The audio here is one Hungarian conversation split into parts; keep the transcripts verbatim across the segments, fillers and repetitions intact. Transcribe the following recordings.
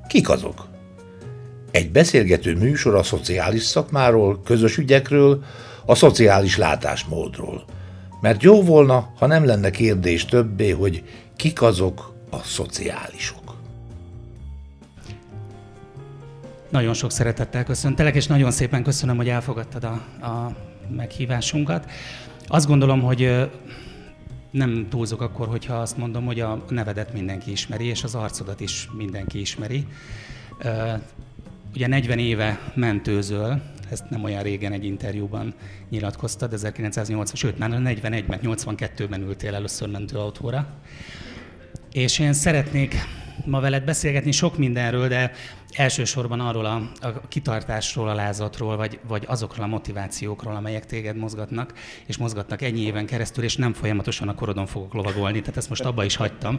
Kik azok? Egy beszélgető műsor a szociális szakmáról, közös ügyekről, a szociális látásmódról. Mert jó volna, ha nem lenne kérdés többé, hogy kik azok a szociálisok. Nagyon sok szeretettel köszöntelek, és nagyon szépen köszönöm, hogy elfogadtad a, a meghívásunkat. Azt gondolom, hogy nem túlzok akkor, hogyha azt mondom, hogy a nevedet mindenki ismeri, és az arcodat is mindenki ismeri. Ugye negyven éve mentőzöl, ezt nem olyan régen egy interjúban nyilatkoztad, ezerkilencszáznyolcvan, sőt már negyvenegy, mert nyolcvankettőben ültél először mentőautóra. És én szeretnék ma veled beszélgetni sok mindenről, de elsősorban arról a, a kitartásról, a lázatról, vagy, vagy azokról a motivációkról, amelyek téged mozgatnak, és mozgatnak ennyi éven keresztül, és nem folyamatosan a korodon fogok lovagolni, tehát ezt most abba is hagytam.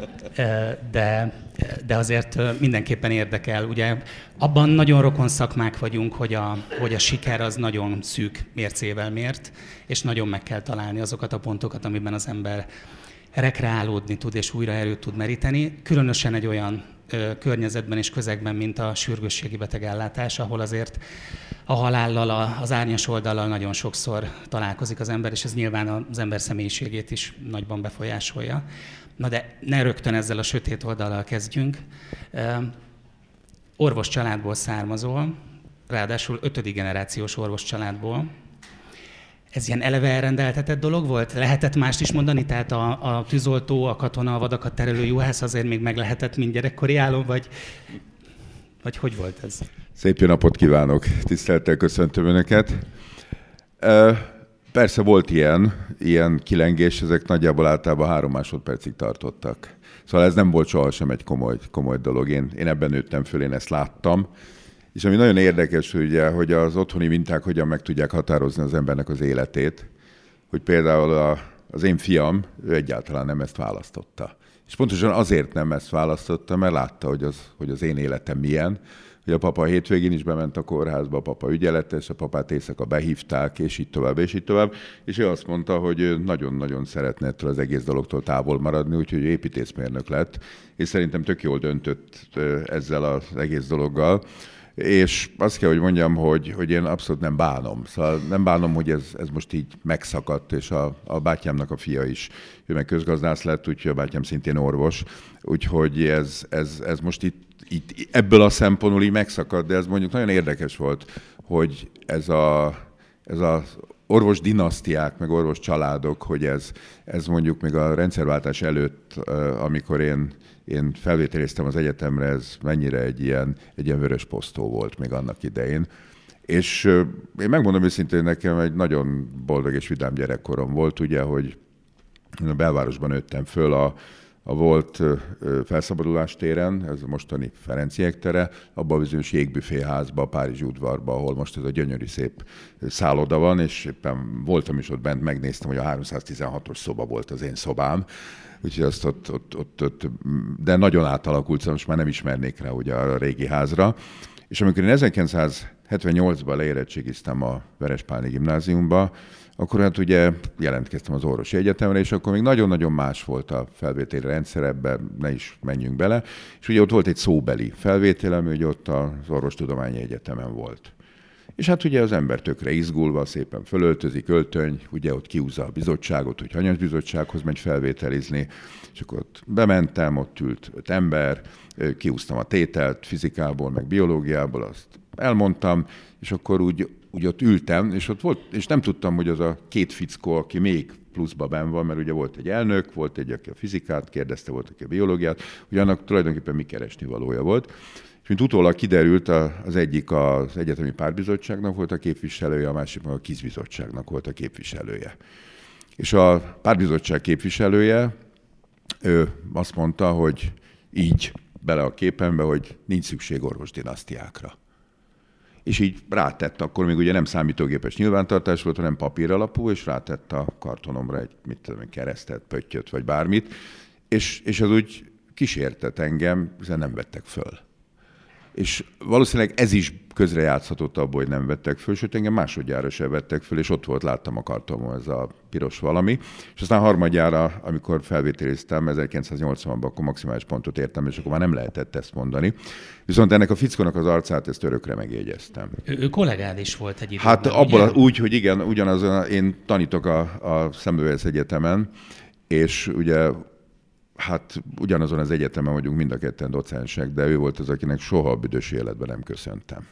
De, de azért mindenképpen érdekel. Ugye abban nagyon rokon szakmák vagyunk, hogy a, hogy a siker az nagyon szűk mércével mért, és nagyon meg kell találni azokat a pontokat, amiben az ember rekreálódni tud, és újra erőt tud meríteni, különösen egy olyan ö, környezetben és közegben, mint a sürgősségi betegellátás, ahol azért a halállal, a, az árnyas oldallal nagyon sokszor találkozik az ember, és ez nyilván az ember személyiségét is nagyban befolyásolja. Na de ne rögtön ezzel a sötét oldallal kezdjünk. Ö, orvos családból származol, ráadásul ötödik generációs orvos családból. Ez ilyen eleve elrendeltetett dolog volt? Lehetett mást is mondani? Tehát a, a tűzoltó, a katona, a vadakat terelő juhász azért még meg lehetett, mint gyerekkori álom, vagy, vagy hogy volt ez? Szép jó napot kívánok! Tisztelettel köszöntöm Önöket! Persze volt ilyen, ilyen kilengés, ezek nagyjából általában három másodpercig tartottak. Szóval ez nem volt sohasem egy komoly, komoly dolog. Én, én ebben nőttem föl, én ezt láttam. És ami nagyon érdekes, ugye, hogy az otthoni minták hogyan meg tudják határozni az embernek az életét, hogy például a, az én fiam, ő egyáltalán nem ezt választotta. És pontosan azért nem ezt választotta, mert látta, hogy az, hogy az én életem milyen, hogy a papa a hétvégén is bement a kórházba, a papa ügyeletes, a papát éjszaka behívták, és így tovább, és így tovább. És ő azt mondta, hogy ő nagyon-nagyon szeretne ettől az egész dologtól távol maradni, úgyhogy ő építészmérnök lett, és szerintem tök jól döntött ezzel az egész dologgal. És azt kell, hogy mondjam, hogy, hogy én abszolút nem bánom. Szóval nem bánom, hogy ez, ez most így megszakadt, és a, a bátyámnak a fia is, ő meg közgazdász lett, úgyhogy a bátyám szintén orvos. Úgyhogy ez, ez, ez most itt, itt ebből a szempontból így megszakadt, de ez mondjuk nagyon érdekes volt, hogy ez a, ez a orvos dinasztiák, meg orvos családok, hogy ez, ez mondjuk még a rendszerváltás előtt, amikor én Én felvételiztem az egyetemre, ez mennyire egy ilyen, egy ilyen vörös posztó volt még annak idején. És én megmondom őszintén, nekem egy nagyon boldog és vidám gyerekkorom volt, ugye, hogy a belvárosban nőttem föl a, a volt felszabadulás téren, ez a mostani Ferenciek tere, abban a bizonyos jégbüféházban, a Párizsi udvarban, ahol most ez a gyönyörű szép szálloda van, és éppen voltam is ott bent, megnéztem, hogy a háromszáztizenhatos szoba volt az én szobám, úgyhogy azt ott, ott, ott, ott, de nagyon átalakult, szóval most már nem ismernék rá ugye a régi házra. És amikor én ezerkilencszázhetvennyolcban leérettségiztem a Verespálni gimnáziumba, akkor hát ugye jelentkeztem az orvosi egyetemre, és akkor még nagyon-nagyon más volt a felvételi rendszer, ebben ne is menjünk bele. És ugye ott volt egy szóbeli felvételem, hogy ott az Orvostudományi Egyetemen volt. És hát ugye az ember tökre izgulva, szépen fölöltözik, öltöny, ugye ott kiúzza a bizottságot, hogy hanyas bizottsághoz megy felvételizni, és akkor ott bementem, ott ült öt ember, kiúztam a tételt fizikából, meg biológiából, azt elmondtam, és akkor úgy, úgy ott ültem, és ott volt, és nem tudtam, hogy az a két fickó, aki még pluszba benn van, mert ugye volt egy elnök, volt egy, aki a fizikát kérdezte, volt, aki a biológiát, ugye annak tulajdonképpen mi keresni valója volt. És mint utólag kiderült, az egyik az egyetemi pártbizottságnak volt a képviselője, a másik a KISZ-bizottságnak volt a képviselője. És a pártbizottság képviselője, ő azt mondta, hogy így bele a képembe, hogy nincs szükség orvosdinasztiákra. És így rátett, akkor még ugye nem számítógépes nyilvántartás volt, hanem papír alapú, és rátett a kartonomra egy, mit tudom, keresztet, pöttyöt, vagy bármit, és, és az úgy kísértett engem, hiszen nem vettek föl. És valószínűleg ez is közrejátszhatott abból, hogy nem vettek föl, sőt engem másodjára se vettek föl, és ott volt, láttam a kartomon ez a piros valami. És aztán harmadjára, amikor felvételiztem ezerkilencszáznyolcvanban, akkor maximális pontot értem, és akkor már nem lehetett ezt mondani. Viszont ennek a fickónak az arcát, ezt örökre megjegyeztem. Ő, ő kollégád is volt egy időben. Hát abból a, úgy, hogy igen, ugyanazon, én tanítok a, a Szemmelweis Egyetemen, és ugye hát ugyanazon az egyetemen vagyunk mind a ketten docensek, de ő volt az, akinek soha a büdös életben nem köszöntem.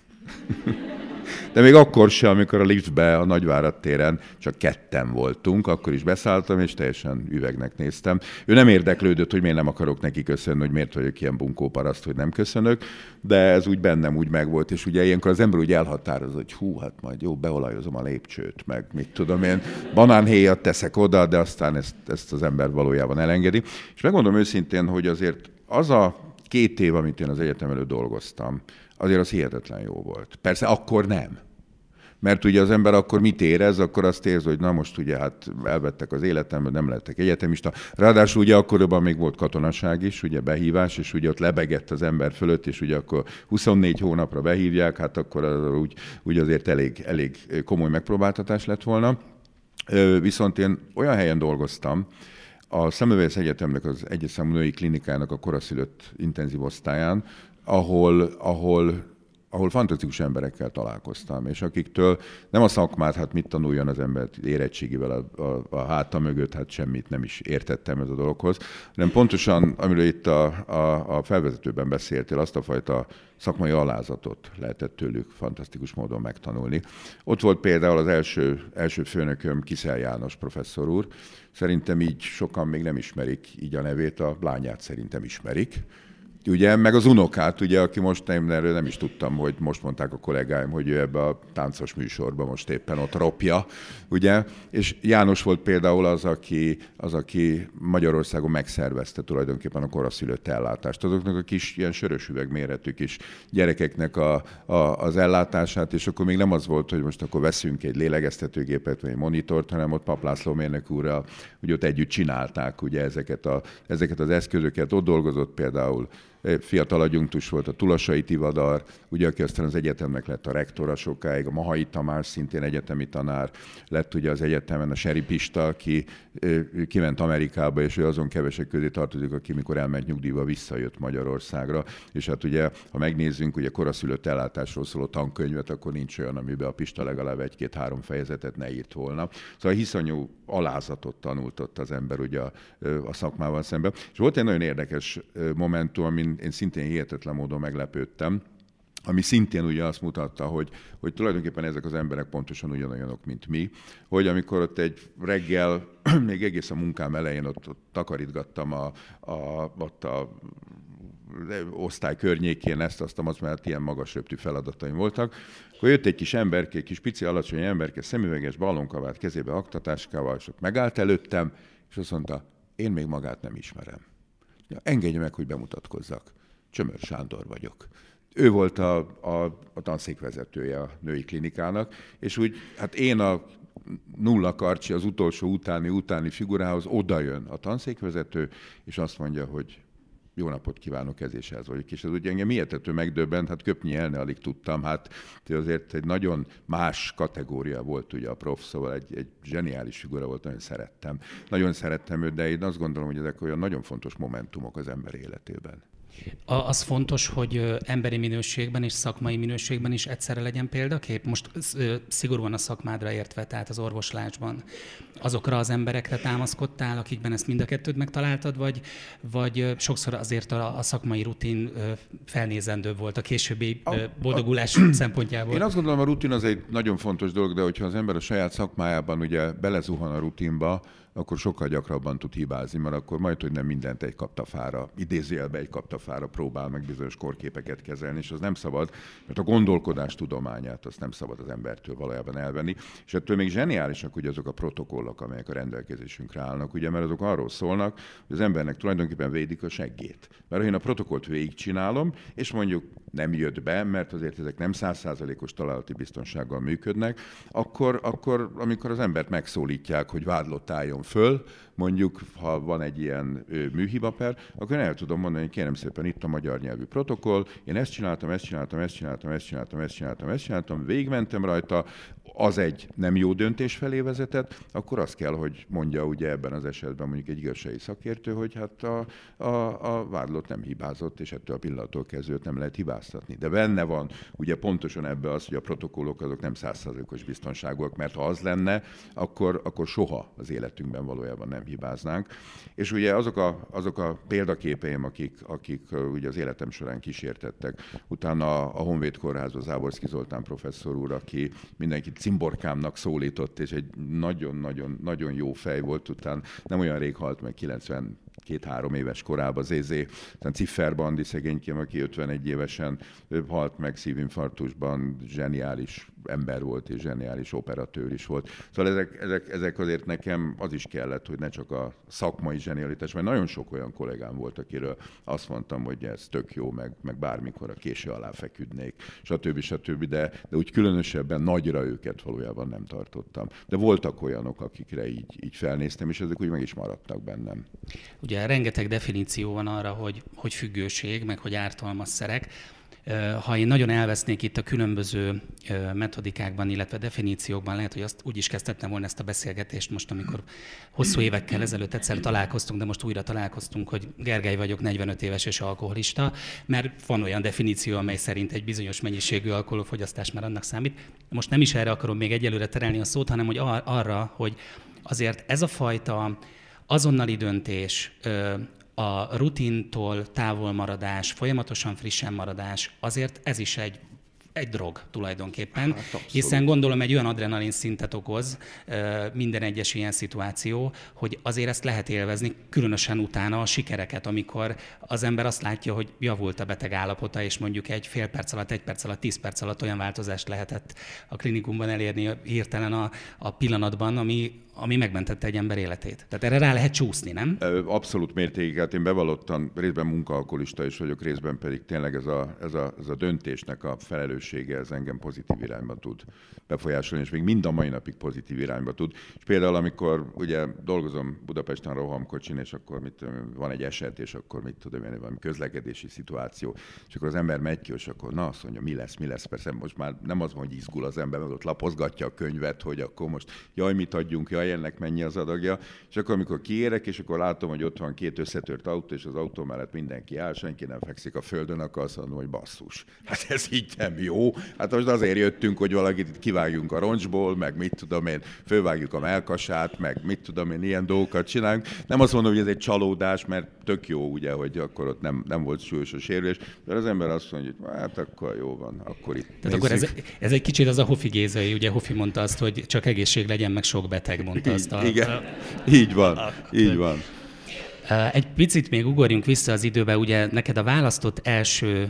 De még akkor sem, amikor a liftbe, a Nagyvárad téren csak ketten voltunk, akkor is beszálltam, és teljesen üvegnek néztem. Ő nem érdeklődött, hogy miért nem akarok neki köszönni, hogy miért vagyok ilyen bunkó paraszt, hogy nem köszönök, de ez úgy bennem úgy megvolt, és ugye ilyenkor az ember úgy elhatároz, hogy hú, hát majd jó, beolajozom a lépcsőt, meg mit tudom én, banánhéjat teszek oda, de aztán ezt, ezt az ember valójában elengedi. És megmondom őszintén, hogy azért az a két év, amit én az egyetem előtt dolgoztam, azért az hihetetlen jó volt. Persze akkor nem. Mert ugye az ember akkor mit érez, akkor azt érzi, hogy na most ugye hát elvettek az életemből, nem lettek egyetemista. Ráadásul ugye akkoriban még volt katonaság is, ugye behívás, és ugye ott lebegett az ember fölött, és ugye akkor huszonnégy hónapra behívják, hát akkor az úgy, úgy azért elég, elég komoly megpróbáltatás lett volna. Viszont én olyan helyen dolgoztam, a Szemmelweis Egyetemnek az egyes számú női klinikának a koraszülött intenzív osztályán, ahol, ahol, ahol fantasztikus emberekkel találkoztam, és akiktől nem a szakmát, hát mit tanuljon az ember érettségivel a, a, a háta mögött, hát semmit nem is értettem ez a dologhoz, hanem pontosan, amiről itt a, a, a felvezetőben beszéltél, azt a fajta szakmai alázatot lehetett tőlük fantasztikus módon megtanulni. Ott volt például az első, első főnököm, Kiszel János professzor úr. Szerintem így sokan még nem ismerik így a nevét, a lányát szerintem ismerik. Ugye, meg az unokát, ugye, aki most nem, erről nem is tudtam, hogy most mondták a kollégáim, hogy ő ebbe a táncos műsorba most éppen ott ropja, ugye, és János volt például az, aki, az, aki Magyarországon megszervezte tulajdonképpen a koraszülött ellátást. Azoknak a kis ilyen sörös üveg méretű kis gyerekeknek a, a, az ellátását, és akkor még nem az volt, hogy most akkor veszünk egy lélegeztetőgépet, vagy egy monitort, hanem ott Pap László mérnök úrral, hogy ott együtt csinálták ugye ezeket, a, ezeket az eszközöket. Ott dolgozott például fiatal adjunktus volt a Tulasai Tivadar, ugye, aki aztán az egyetemnek lett a rektora sokáig, a Mahai Tamás szintén egyetemi tanár, lett ugye az egyetemen a Seri Pista, aki kiment Amerikába, és ő azon kevesek közé tartozik, aki mikor elment nyugdíjba, visszajött Magyarországra, és hát ugye, ha megnézzünk ugye koraszülött ellátásról szóló tankönyvet, akkor nincs olyan, amiben a Pista legalább egy-két-három fejezetet ne írt volna. Szóval hiszonyú alázatot tanult ott az ember ugye a, a szakmával szemben. És volt egy nagyon érdekes momentum, amin én szintén hihetetlen módon meglepődtem, ami szintén ugye azt mutatta, hogy, hogy tulajdonképpen ezek az emberek pontosan ugyanolyanok, mint mi, hogy amikor ott egy reggel, még egész a munkám elején ott, ott takarítgattam a, a, ott a osztály környékén ezt, azt, azt, mert ilyen magas röptű feladataim voltak, akkor jött egy kis emberke, egy kis pici alacsony emberke, szemüveges ballonkavát kezébe aktatáskával, és ott megállt előttem, és azt mondta, én még magát nem ismerem. Ja, engedje meg, hogy bemutatkozzak. Csömör Sándor vagyok. Ő volt a, a, a tanszékvezetője a női klinikának, és úgy, hát én a nulla karcsi, az utolsó utáni, utáni figurához oda jön a tanszékvezető, és azt mondja, hogy jó napot kívánok, ez és ez vagyok. És ez ugye engem hihetető megdöbbent, hát köpni el ne alig tudtam, hát azért egy nagyon más kategória volt ugye a prof, szóval egy, egy zseniális figura volt, nagyon szerettem. Nagyon szerettem őt, de én azt gondolom, hogy ezek olyan nagyon fontos momentumok az ember életében. Az fontos, hogy emberi minőségben és szakmai minőségben is egyszerre legyen példakép? Most szigorúan a szakmádra értve, tehát az orvoslásban. Azokra az emberekre támaszkodtál, akikben ezt mind a kettőt megtaláltad, vagy, vagy sokszor azért a, a szakmai rutin felnézendő volt a későbbi a, boldogulás a, szempontjából? Én azt gondolom, a rutin az egy nagyon fontos dolog, de hogyha az ember a saját szakmájában ugye belezuhan a rutinba, akkor sokkal gyakrabban tud hibázni, mert akkor majd, hogy nem mindent egy kaptafára, idézőjelbe egy kaptafára próbál meg bizonyos korképeket kezelni, és az nem szabad, mert a gondolkodás tudományát azt nem szabad az embertől valójában elvenni. És ettől még zseniálisak ugye azok a protokollok, amelyek a rendelkezésünkre állnak, ugye, mert azok arról szólnak, hogy az embernek tulajdonképpen védik a seggét. Mert ha én a protokollt végigcsinálom, és mondjuk nem jött be, mert azért ezek nem száz százalékos találati biztonsággal működnek, akkor, akkor amikor az embert megszólítják, hogy vádlott álljon föl, mondjuk, ha van egy ilyen műhibaper, akkor el tudom mondani, hogy kérem szépen, itt a magyar nyelvű protokoll, én ezt csináltam, ezt csináltam, ezt csináltam, ezt csináltam, ezt csináltam, ezt csináltam, végigmentem rajta, az egy nem jó döntés felé vezetett, akkor azt kell, hogy mondja ugye ebben az esetben mondjuk egy igazsági szakértő, hogy hát a, a, a vádlott nem hibázott, és ettől a pillanattól kezdve nem lehet hibáztatni. De benne van ugye pontosan ebbe az, hogy a protokollok azok nem száz százalékos biztonságúak, mert ha az lenne, akkor, akkor soha az életünkben valójában nem hibáznánk. És ugye azok a, azok a példaképeim, akik, akik ugye az életem során kísértettek, utána a Honvéd Kórházban Záborszky Zoltán professzor úr, aki mindenkit cimborkámnak szólított, és egy nagyon-nagyon nagyon jó fej volt, utána nem olyan rég halt meg, kilencvenkét-három éves korában Zézé, aztán Ciffer Bandi szegénykém, aki ötvenegy évesen halt meg szívinfarktusban, zseniális ember volt, és zseniális operatőr is volt. Szóval ezek, ezek, ezek azért nekem az is kellett, hogy ne csak a szakmai zsenialitás, mert nagyon sok olyan kollégám volt, akiről azt mondtam, hogy ez tök jó, meg, meg bármikor a késő alá feküdnék, stb. stb. De, de úgy különösebben nagyra őket valójában nem tartottam. De voltak olyanok, akikre így, így felnéztem, és ezek úgy meg is maradtak bennem. Ugye rengeteg definíció van arra, hogy, hogy függőség, meg hogy ártalmas szerek. Ha én nagyon elvesznék itt a különböző metodikákban, illetve definíciókban, lehet, hogy azt úgy is kezdhettem volna ezt a beszélgetést most, amikor hosszú évekkel ezelőtt egyszer találkoztunk, de most újra találkoztunk, hogy Gergely vagyok, negyvenöt éves és alkoholista, mert van olyan definíció, amely szerint egy bizonyos mennyiségű alkoholfogyasztás már annak számít. Most nem is erre akarom még egyelőre terelni a szót, hanem hogy ar- arra, hogy azért ez a fajta azonnali döntés, a rutintól távolmaradás, folyamatosan frissen maradás, azért ez is egy, egy drog tulajdonképpen, hát, hiszen gondolom egy olyan adrenalin szintet okoz minden egyes ilyen szituáció, hogy azért ezt lehet élvezni, különösen utána a sikereket, amikor az ember azt látja, hogy javult a beteg állapota, és mondjuk egy fél perc alatt, egy perc alatt, tíz perc alatt olyan változást lehetett a klinikumban elérni hirtelen a, a pillanatban, ami ami megmentette egy ember életét. Tehát erre rá lehet csúszni, nem? Abszolút mértékig. Hát én bevallottan részben munkaalkoholista is vagyok, részben pedig tényleg ez a, ez, a, ez a döntésnek a felelőssége, ez engem pozitív irányba tud befolyásolni, és még mind a mai napig pozitív irányba tud. És például, amikor ugye dolgozom Budapesten rohamkocsin, és akkor mit tudom, van egy eset, és akkor mit tudom én, valami közlekedési szituáció, és akkor az ember megy ki, és akkor na azt mondja, mi lesz, mi lesz. Persze most már nem az, hogy izgul az ember, mert ott lapozgatja a könyvet, hogy akkor most jaj, mit adjunk, jaj, ennek mennyi az adagja, és akkor, amikor kiérek, és akkor látom, hogy ott van két összetört autó, és az autó mellett mindenki áll, senki nem fekszik a földön, akkor azt mondom, hogy basszus. Hát ez így nem jó. Hát most azért jöttünk, hogy valakit kivágjunk a roncsból, meg mit tudom én, fölvágjuk a mellkasát, meg mit tudom én, ilyen dolgokat csinálunk. Nem azt mondom, hogy ez egy csalódás, mert tök jó, ugye, hogy akkor ott nem, nem volt súlyos a sérülés, de az ember azt mondja, hogy hát akkor jó van, akkor itt Tehát akkor ez, ez egy kicsit az a Hofi Gézai, ugye Hofi mondta azt, hogy csak egészség legyen, meg sok beteg, mondta azt a... Igen, a, így van, a, így van. Egy picit még ugorjunk vissza az időbe, ugye neked a választott első,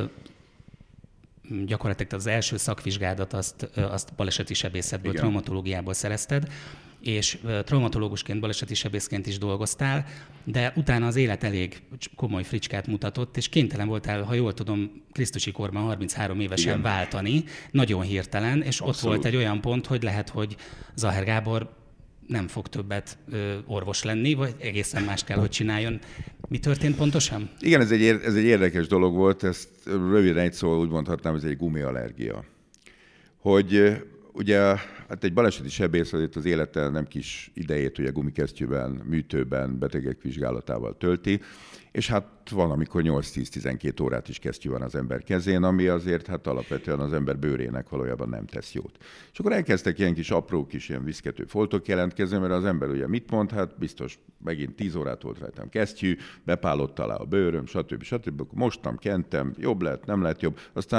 gyakorlatilag az első szakvizsgádat azt, azt baleseti sebészetből, igen, traumatológiából szerezted, és traumatológusként, baleseti sebészként is dolgoztál, de utána az élet elég komoly fricskát mutatott, és kénytelen voltál, ha jól tudom, krisztusi korban harminchárom évesen, igen, váltani, nagyon hirtelen, és abszolút, ott volt egy olyan pont, hogy lehet, hogy Zaher Gábor nem fog többet ö, orvos lenni, vagy egészen más kell, hogy csináljon. Mi történt pontosan? Igen, ez egy, ez egy érdekes dolog volt, ezt röviden egy szóval úgy mondhatnám, ez egy gumiallergia. Hogy ugye hát egy baleseti sebész azért az élete nem kis idejét ugye gumikesztyűben, műtőben, betegek vizsgálatával tölti, és hát van, amikor nyolc-tíz-tizenkét órát is kesztyű van az ember kezén, ami azért hát alapvetően az ember bőrének valójában nem tesz jót. És akkor elkezdtek ilyen kis apró kis ilyen viszkető foltok jelentkezni, mert az ember ugye mit mond, hát biztos megint tíz órát volt rajtam kesztyű, bepálott alá a bőröm, stb. stb. Akkor mostam, kentem, jobb lett, nem lett jobb, aztán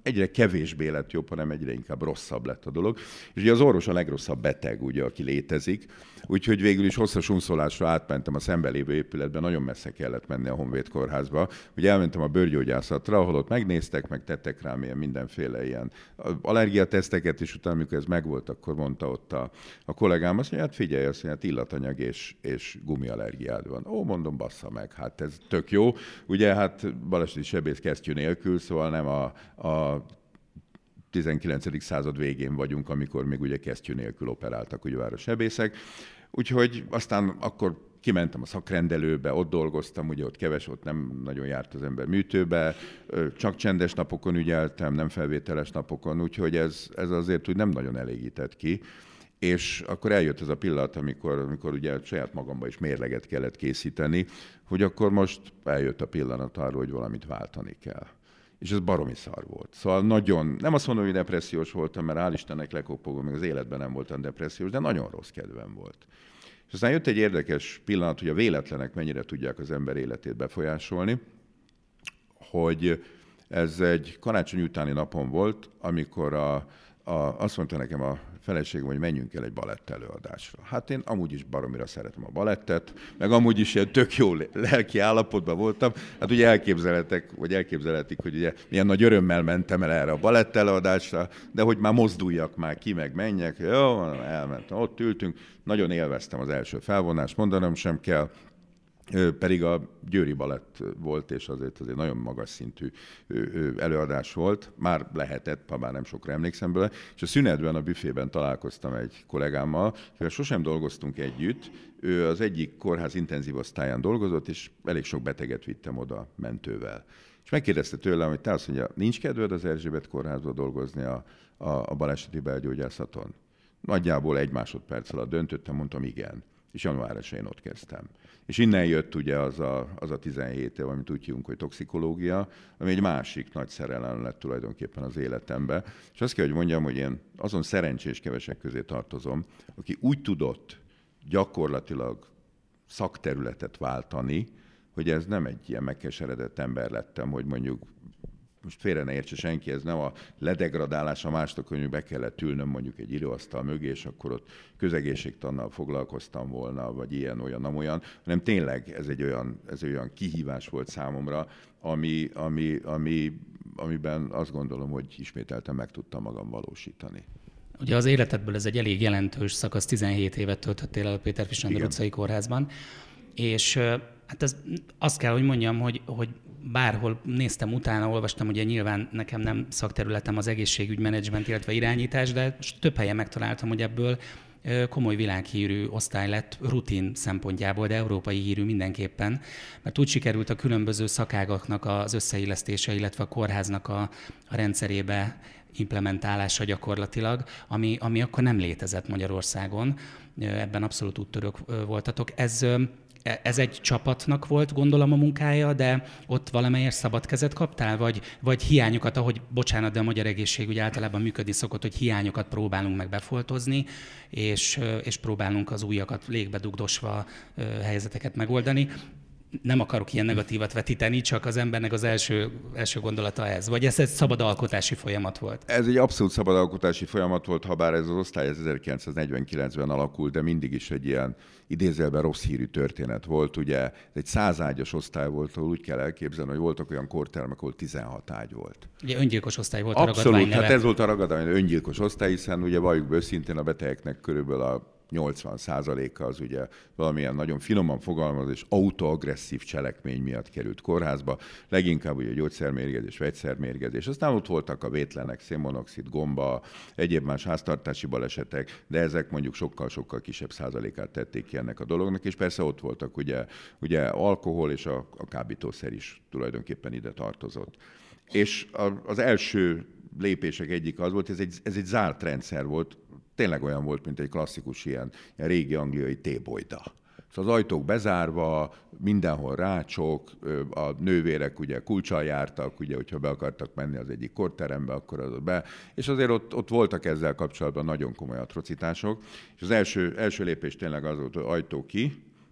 egyre kevésbé lett jobb, hanem egyre inkább rosszabb lett a dolog. És ugye az orvos a legrosszabb beteg, ugye, aki létezik. Úgyhogy végül is hosszas unszolásra átmentem a szemben lévő épületben, nagyon messze kellett menni a Honvéd kórházba. Ugye elmentem a bőrgyógyászatra, ahol ott megnéztek, meg tettek rám ilyen mindenféle ilyen allergiateszteket, és utána, amikor ez megvolt, akkor mondta ott a, a kollégám, azt mondja, hát figyelj, azt mondja, hát illatanyag és, és gumiallergiád van. Ó, mondom, bassza meg, hát ez tök jó. Ugye, hát baleseti sebész kesztyű nélkül, szóval nem a, a tizenkilencedik század végén vagyunk, amikor még ugye kesztyű nélkül operáltak ugye a sebészek. Úgyhogy aztán akkor kimentem a szakrendelőbe, ott dolgoztam, ugye ott keves, ott nem nagyon járt az ember műtőbe, csak csendes napokon ügyeltem, nem felvételes napokon, úgyhogy ez, ez azért úgy nem nagyon elégített ki. És akkor eljött ez a pillanat, amikor, amikor ugye saját magamba is mérleget kellett készíteni, hogy akkor most eljött a pillanat arra, hogy valamit váltani kell. És ez baromi szar volt. Szóval nagyon, nem azt mondom, hogy depressziós voltam, mert hál' Istennek lekopogom, még az életben nem voltam depressziós, de nagyon rossz kedvem volt. És aztán jött egy érdekes pillanat, hogy a véletlenek mennyire tudják az ember életét befolyásolni, hogy ez egy karácsony utáni napon volt, amikor a, a, azt mondta nekem a feleségem, hogy menjünk el egy balett előadásra. Hát én amúgy is baromira szeretem a balettet, meg amúgy is ilyen tök jó lelki állapotban voltam. Hát ugye elképzelhetek, vagy elképzelhetik, hogy ugye milyen nagy örömmel mentem el erre a balett előadásra, de hogy már mozduljak már ki, meg menjek. Jó, elmentem, ott ültünk, nagyon élveztem az első felvonást, mondanom sem kell. Pedig a Győri Balett volt, és azért azért nagyon magas szintű előadás volt. Már lehetett, ha már nem sokra emlékszem bele. És a szünetben, a büfében találkoztam egy kollégámmal, akivel sosem dolgoztunk együtt. Ő az egyik kórház intenzív osztályán dolgozott, és elég sok beteget vittem oda mentővel. És megkérdezte tőlem, hogy te azt mondja, nincs kedved az Erzsébet kórházban dolgozni a, a, a baleseti belgyógyászaton? Nagyjából egy másodperc alatt döntöttem, mondtam igen. És január elsején ott kezdtem. És innen jött ugye az a, az a tizenhét év, amit úgy hívunk, hogy toxikológia, ami egy másik nagy szerelem lett tulajdonképpen az életembe. És azt kell, hogy mondjam, hogy én azon szerencsés kevesek közé tartozom, aki úgy tudott gyakorlatilag szakterületet váltani, hogy ez nem egy ilyen megkeseredett ember lettem, hogy mondjuk most félre ne értse senki, ez nem a ledegradálás a mástok, hogy be kellett ülnöm mondjuk egy íróasztal mögé, és akkor ott közegészségtannal foglalkoztam volna, vagy ilyen, olyan, nem olyan, hanem tényleg ez egy olyan, ez egy olyan kihívás volt számomra, ami, ami, ami, amiben azt gondolom, hogy ismételten meg tudtam magam valósítani. Ugye az életedből ez egy elég jelentős szakasz, tizenhét évet töltöttél el a Péter Fischer utcai kórházban, és hát ez, azt kell, hogy mondjam, hogy, hogy bárhol néztem utána, olvastam, ugye nyilván nekem nem szakterületem az egészségügymenedzsment, illetve irányítás, de több helyen megtaláltam, hogy ebből komoly világhírű osztály lett rutin szempontjából, de európai hírű mindenképpen, mert úgy sikerült a különböző szakágaknak az összeillesztése, illetve a kórháznak a, a rendszerébe implementálása gyakorlatilag, ami, ami akkor nem létezett Magyarországon. Ebben abszolút úttörők voltatok. Ez Ez egy csapatnak volt, gondolom, a munkája, de ott valamelyest szabad kezet kaptál, vagy, vagy hiányokat, ahogy, bocsánat, de a magyar egészségügy általában működni szokott, hogy hiányokat próbálunk meg befoltozni, és, és próbálunk az újakat légbe dugdosva helyzeteket megoldani. Nem akarok ilyen negatívat vetíteni, csak az embernek az első, első gondolata ez. Vagy ez egy szabad alkotási folyamat volt? Ez egy abszolút szabad alkotási folyamat volt, ha bár ez az osztály ez ezerkilencszáznegyvenkilencben alakult, de mindig is egy ilyen idézőjelben rossz hírű történet volt. Ugye ez egy százágyas osztály volt, ahol úgy kell elképzelni, hogy voltak olyan kórtermek, ahol tizenhat ágy volt. Ugye öngyilkos osztály volt abszolút, a ragadvány neve. Hát ez volt a ragadvány, öngyilkos osztály, hiszen ugye valljuk őszintén a betegeknek körülbelül a nyolcvan százaléka az ugye valamilyen nagyon finoman fogalmaz, és autoagresszív cselekmény miatt került kórházba, leginkább ugye gyógyszermérgezés, vegyszermérgezés. Aztán ott voltak a vétlenek, szénmonoxid, gomba, egyéb más háztartási balesetek, de ezek mondjuk sokkal-sokkal kisebb százalékát tették ki ennek a dolognak, és persze ott voltak ugye, ugye alkohol és a, a kábítószer is tulajdonképpen ide tartozott. És az első lépések egyik az volt, ez egy, ez egy zárt rendszer volt, tényleg olyan volt, mint egy klasszikus ilyen, ilyen régi angliai tébolyda. Szóval az ajtók bezárva, mindenhol rácsok, a nővérek ugye kulccsal jártak, ugye, hogyha be akartak menni az egyik kórterembe, akkor az be. És azért ott, ott voltak ezzel kapcsolatban nagyon komoly atrocitások. És az első, első lépés tényleg az volt, hogy ajtó ki,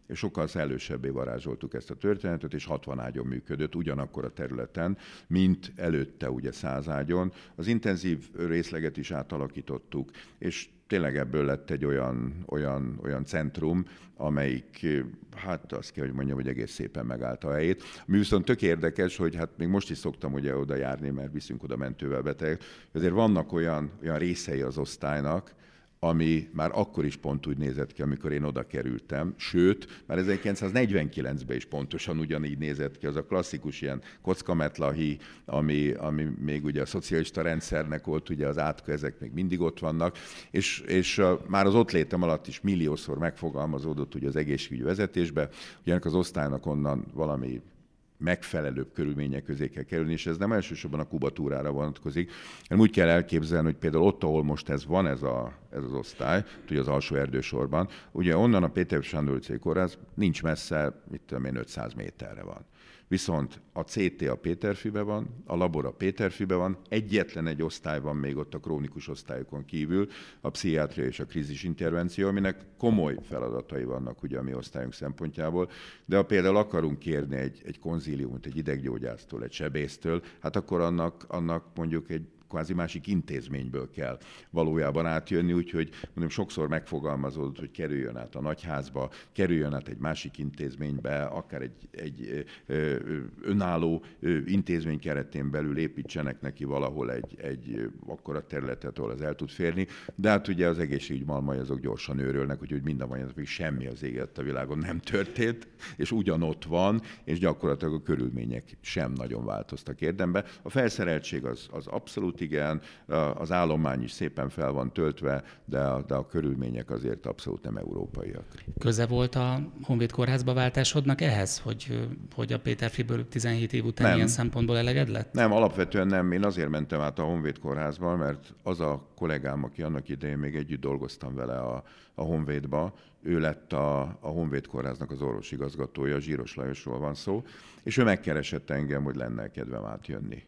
és sokkal szellősebbé varázsoltuk ezt a történetet, és hatvan ágyon működött ugyanakkor a területen, mint előtte ugye száz ágyon. Az intenzív részleget is átalakítottuk, és tényleg ebből lett egy olyan, olyan, olyan centrum, amelyik, hát azt kell, hogy mondjam, hogy egész szépen megállta a helyét. Mi viszont tök érdekes, hogy hát még most is szoktam ugye oda járni, mert viszünk oda mentővel beteg. Azért vannak olyan, olyan részei az osztálynak, ami már akkor is pont úgy nézett ki, amikor én oda kerültem. Sőt, már ezerkilencszáznegyvenkilencben is pontosan ugyanígy nézett ki, az a klasszikus ilyen kockametlahi, ami, ami még ugye a szocialista rendszernek volt, ugye az átka, ezek még mindig ott vannak, és, és uh, már az ott létem alatt is milliószor megfogalmazódott ugye az egészségügyi vezetésbe, hogy ennek az osztálynak onnan valami megfelelőbb körülmények közé kell kerülni, és ez nem elsősorban a kubatúrára vonatkozik, hanem úgy kell elképzelni, hogy például ott, ahol most ez van, ez, a, ez az osztály, ugye az alsó erdősorban, ugye onnan a Péter Sándor utcai kórház nincs messze, mit tudom én, ötszáz méterre van. Viszont a cé té a Péterfibe van, a labor a Péterfibe van, egyetlen egy osztály van még ott a krónikus osztályokon kívül, a pszichiátria és a krízisintervenció, aminek komoly feladatai vannak ugye a mi osztályunk szempontjából, de ha például akarunk kérni egy, egy konzíliumot, egy ideggyógyásztól, egy sebésztől, hát akkor annak, annak mondjuk egy kvázi másik intézményből kell valójában átjönni, úgyhogy mondom, sokszor megfogalmazódott, hogy kerüljön át a nagyházba, kerüljön át egy másik intézménybe, akár egy, egy ö, önálló ö, intézmény keretén belül építsenek neki valahol egy, egy akkora területet, ahol az el tud férni, de hát ugye az egészségügy malmai azok gyorsan őrölnek, úgyhogy minden van, hogy semmi az éget a világon nem történt, és ugyanott van, és gyakorlatilag a körülmények sem nagyon változtak érdemben. A felszereltség az, az abszolút igen, az állomány is szépen fel van töltve, de a, de a körülmények azért abszolút nem európaiak. Köze volt a Honvéd kórházba váltásodnak ehhez, hogy, hogy a Péterfiből tizenhét év után nem. Ilyen szempontból eleged lett? Nem, alapvetően nem. Én azért mentem át a Honvéd kórházba, mert az a kollégám, aki annak idején még együtt dolgoztam vele a, a Honvédba, ő lett a, a Honvéd kórháznak az orvosigazgatója, Zsíros Lajosról van szó, és ő megkeresett engem, hogy lenne kedvem átjönni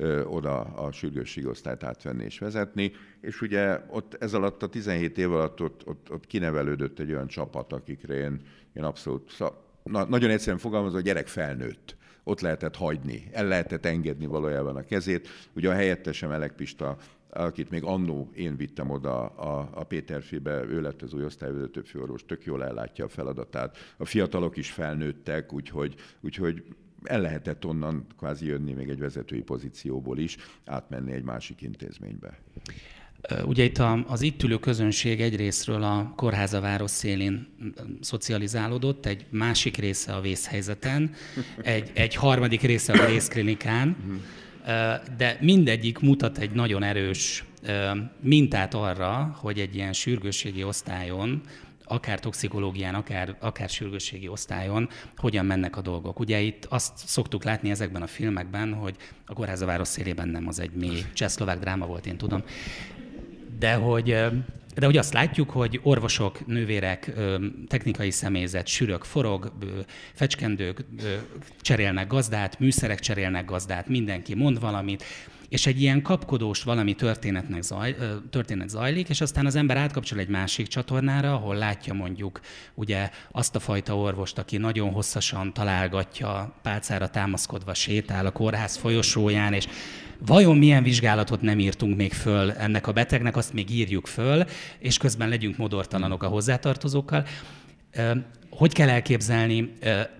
oda a sürgősségi osztályt átvenni és vezetni, és ugye ott ez alatt a tizenhét év alatt ott, ott, ott kinevelődött egy olyan csapat, akikre én, én abszolút, na, nagyon egyszerűen fogalmazva, a gyerek felnőtt. Ott lehetett hagyni, el lehetett engedni valójában a kezét. Ugye a helyettesem Elek Pista, akit még annó én vittem oda a, a Péterfibe, ő lett az új osztályvezető főorvos, tök jól ellátja a feladatát. A fiatalok is felnőttek, úgyhogy, úgyhogy el lehetett onnan kvázi jönni még egy vezetői pozícióból is, átmenni egy másik intézménybe. Ugye itt az itt ülő közönség egyrészről a kórháza város szélén szocializálódott, egy másik része a vészhelyzeten, egy, egy harmadik része a vészklinikán, de mindegyik mutat egy nagyon erős mintát arra, hogy egy ilyen sürgősségi osztályon, akár toxikológián, akár, akár sürgősségi osztályon hogyan mennek a dolgok. Ugye itt azt szoktuk látni ezekben a filmekben, hogy a kórháza város szélében nem, az egy mély csehszlovák dráma volt, én tudom. De hogy, de hogy azt látjuk, hogy orvosok, nővérek, technikai személyzet, sürök, forog, fecskendők cserélnek gazdát, műszerek cserélnek gazdát, mindenki mond valamit, és egy ilyen kapkodós valami történetnek zaj, történet zajlik, és aztán az ember átkapcsol egy másik csatornára, ahol látja mondjuk ugye azt a fajta orvost, aki nagyon hosszasan találgatja, pálcára támaszkodva sétál a kórház folyosóján, és vajon milyen vizsgálatot nem írtunk még föl ennek a betegnek, azt még írjuk föl, és közben legyünk modortalanok a hozzátartozókkal. Hogy kell elképzelni?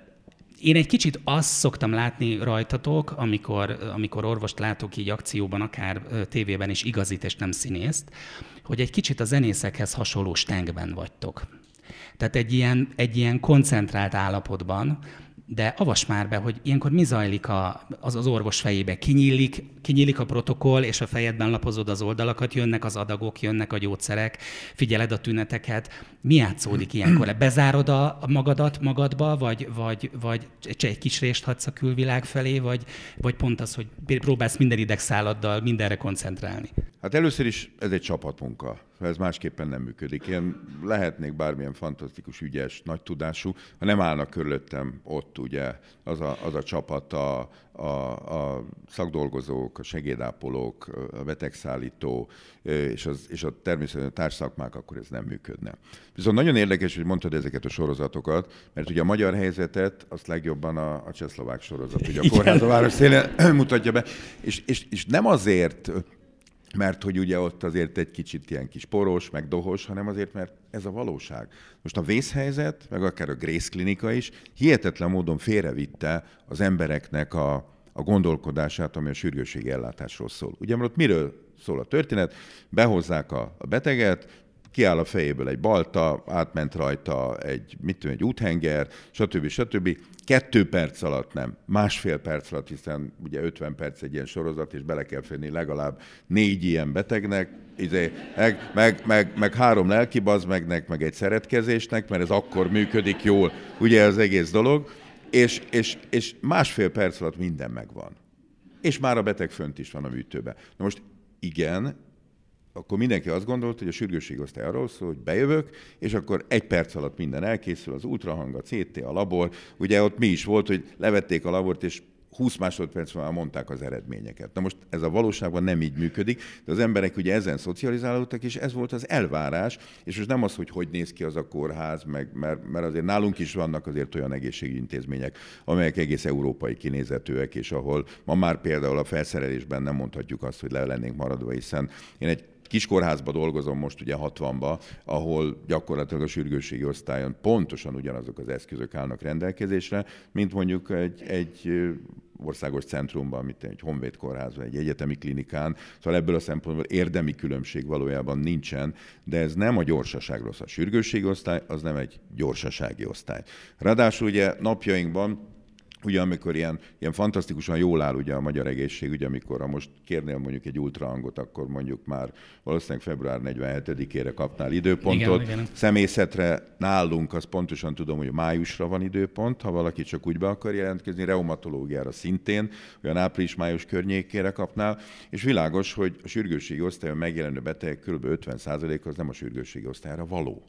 Én egy kicsit azt szoktam látni rajtatok, amikor, amikor orvost látok így akcióban, akár tévében is igazit és nem színészt, hogy egy kicsit a zenészekhez hasonló stengben vagytok. Tehát egy ilyen, egy ilyen koncentrált állapotban, de avass már be, hogy ilyenkor mi zajlik a, az, az orvos fejébe? Kinyílik, kinyílik a protokoll, és a fejedben lapozod az oldalakat, jönnek az adagok, jönnek a gyógyszerek, figyeled a tüneteket. Mi játszódik ilyenkor? Bezárod a magadat magadba, vagy, vagy, vagy egy kis rést hadsz a külvilág felé, vagy, vagy pont az, hogy próbálsz minden idegszáladdal mindenre koncentrálni? Hát először is ez egy csapatmunka. ez másképpen nem működik. Én lehetnék bármilyen fantasztikus, ügyes, nagy tudású, ha nem állnak körülöttem ott ugye az a, az a csapat, a, a, a szakdolgozók, a segédápolók, a betegszállító, és, az, és a természetesen a társszakmák, akkor ez nem működne. Viszont nagyon érdekes, hogy mondtad ezeket a sorozatokat, mert ugye a magyar helyzetet azt legjobban a, a csehszlovák sorozat, ugye a Kórház a város szélén mutatja be, és, és, és nem azért, mert hogy ugye ott azért egy kicsit ilyen kis poros, meg dohos, hanem azért, mert ez a valóság. Most a vészhelyzet, meg akár a Grace klinika is hihetetlen módon félrevitte az embereknek a, a gondolkodását, ami a sürgősségi ellátásról szól. Ugye, mert ott miről szól a történet? Behozzák a, a beteget, kiáll a fejéből egy balta, átment rajta egy, mit tudom, egy úthenger, stb. stb. Kettő perc alatt nem, másfél perc alatt, hiszen ugye ötven perc egy ilyen sorozat, és bele kell férni legalább négy ilyen betegnek, izé, meg, meg, meg, meg három lelki bazmegnek, meg egy szeretkezésnek, mert ez akkor működik jól, ugye az egész dolog, és, és, és másfél perc alatt minden megvan. És már a beteg fönt is van a műtőben. Na most igen, akkor mindenki azt gondolt, hogy a sürgősségi osztály arról szól, hogy bejövök, és akkor egy perc alatt minden elkészül, az ultrahang, a cé té, a labor. Ugye ott mi is volt, hogy levették a labort, és húsz másodperc már mondták az eredményeket. Na most ez a valóságban nem így működik, de az emberek ugye ezen szocializálódtak, és ez volt az elvárás, és most nem az, hogy hogy néz ki az a kórház, meg, mert, mert azért nálunk is vannak azért olyan egészségügyi intézmények, amelyek egész európai kinézetűek, és ahol ma már például a felszerelésben nem mondhatjuk azt, hogy le lennénk maradva, hiszen én egy kiskórházban dolgozom most ugye hatvanba, ahol gyakorlatilag a sürgősségi osztályon pontosan ugyanazok az eszközök állnak rendelkezésre, mint mondjuk egy, egy országos centrumban, mint egy Honvéd kórházban, egy egyetemi klinikán. Szóval ebből a szempontból érdemi különbség valójában nincsen, de ez nem a gyorsaságról szól. A sürgősségi osztály az nem egy gyorsasági osztály. Ráadásul ugye napjainkban ugye amikor ilyen, ilyen fantasztikusan jól áll ugye a magyar egészség, ugye amikor ha most kérnél mondjuk egy ultrahangot, akkor mondjuk már valószínűleg február negyvenhetedikére kapnál időpontot. Igen, igen. Szemészetre nálunk az pontosan tudom, hogy májusra van időpont, ha valaki csak úgy be akar jelentkezni, reumatológiára szintén, olyan április-május környékére kapnál, és világos, hogy a sürgősségi osztályon megjelenő betegek kb. ötven százalék az nem a sürgősségi osztályra való.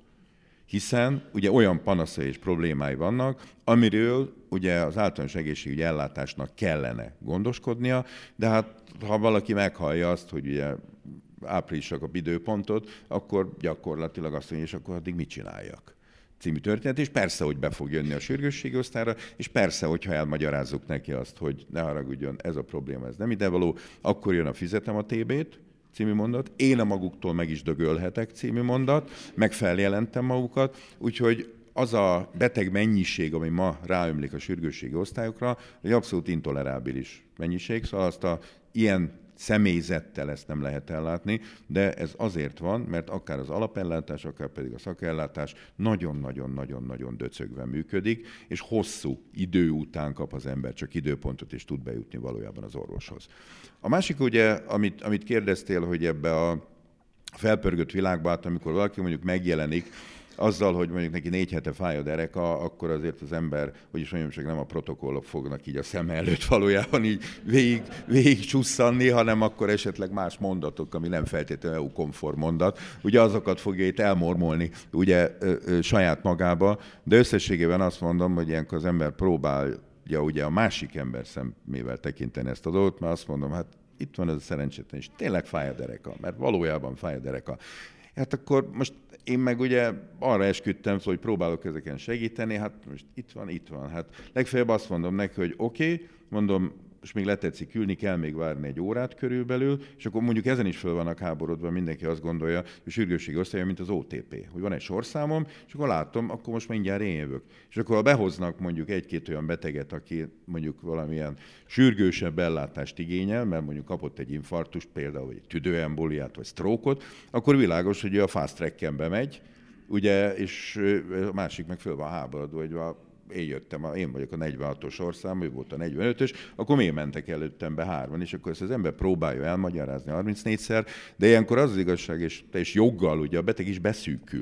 Hiszen ugye olyan panaszai és problémái vannak, amiről ugye az általános egészségügyi ellátásnak kellene gondoskodnia, de hát ha valaki meghallja azt, hogy ugye áprilisra kap időpontot, akkor gyakorlatilag azt mondja, és akkor addig mit csináljak? Című történet, és persze, hogy be fog jönni a sürgősségi osztályra, és persze, hogyha elmagyarázzuk neki azt, hogy ne haragudjon, ez a probléma, ez nem idevaló, akkor jön a fizetem a té bét, című mondat, én a maguktól meg is dögölhetek című mondat, meg feljelentem magukat, úgyhogy az a beteg mennyiség, ami ma ráömlik a sürgősségi osztályokra, egy abszolút intolerábilis mennyiség, szóval azt a ilyen személyzettel ezt nem lehet ellátni, de ez azért van, mert akár az alapellátás, akár pedig a szakellátás nagyon-nagyon-nagyon-nagyon döcögve működik, és hosszú idő után kap az ember csak időpontot, és tud bejutni valójában az orvoshoz. A másik ugye, amit, amit kérdeztél, hogy ebbe a felpörgött világban, amikor valaki mondjuk megjelenik, azzal, hogy mondjuk neki négy hete fáj a dereka, akkor azért az ember, hogy is mondjam, csak nem a protokollok fognak így a szem előtt valójában így végig, végig csusszanni, hanem akkor esetleg más mondatok, ami nem feltétlenül é u-konform mondat, ugye azokat fogja itt elmormolni ugye ö, ö, saját magába, de összességében azt mondom, hogy ilyenkor az ember próbálja ugye a másik ember szemével tekinteni ezt a dolgot, mert azt mondom, hát itt van ez a szerencsétlen, és tényleg fáj a dereka, mert valójában fáj a dereka. Hát akkor most én meg ugye arra esküdtem, hogy próbálok ezeken segíteni, hát most itt van, itt van. Hát legfeljebb azt mondom neki, hogy oké, okay, mondom, és még letetszik ülni, kell még várni egy órát körülbelül, és akkor mondjuk ezen is föl vannak háborodva, mindenki azt gondolja, hogy sürgősségi osztályon, mint az o té pé, hogy van egy sorszámom, és akkor látom, akkor most mindjárt én jövök. És akkor ha behoznak mondjuk egy-két olyan beteget, aki mondjuk valamilyen sürgősebb ellátást igényel, mert mondjuk kapott egy infarktust, például vagy egy tüdőembóliát, vagy sztrókot, akkor világos, hogy a fast tracken bemegy, ugye, és a másik meg föl van háborodva, hogy a én jöttem, én vagyok a negyvenhatos sorszám, ő volt a negyvenötös, akkor miért mentek előttem be hárman, és akkor ezt az ember próbálja elmagyarázni harmincnégyszer, de ilyenkor az az igazság, és teljes joggal ugye a beteg is beszűkül.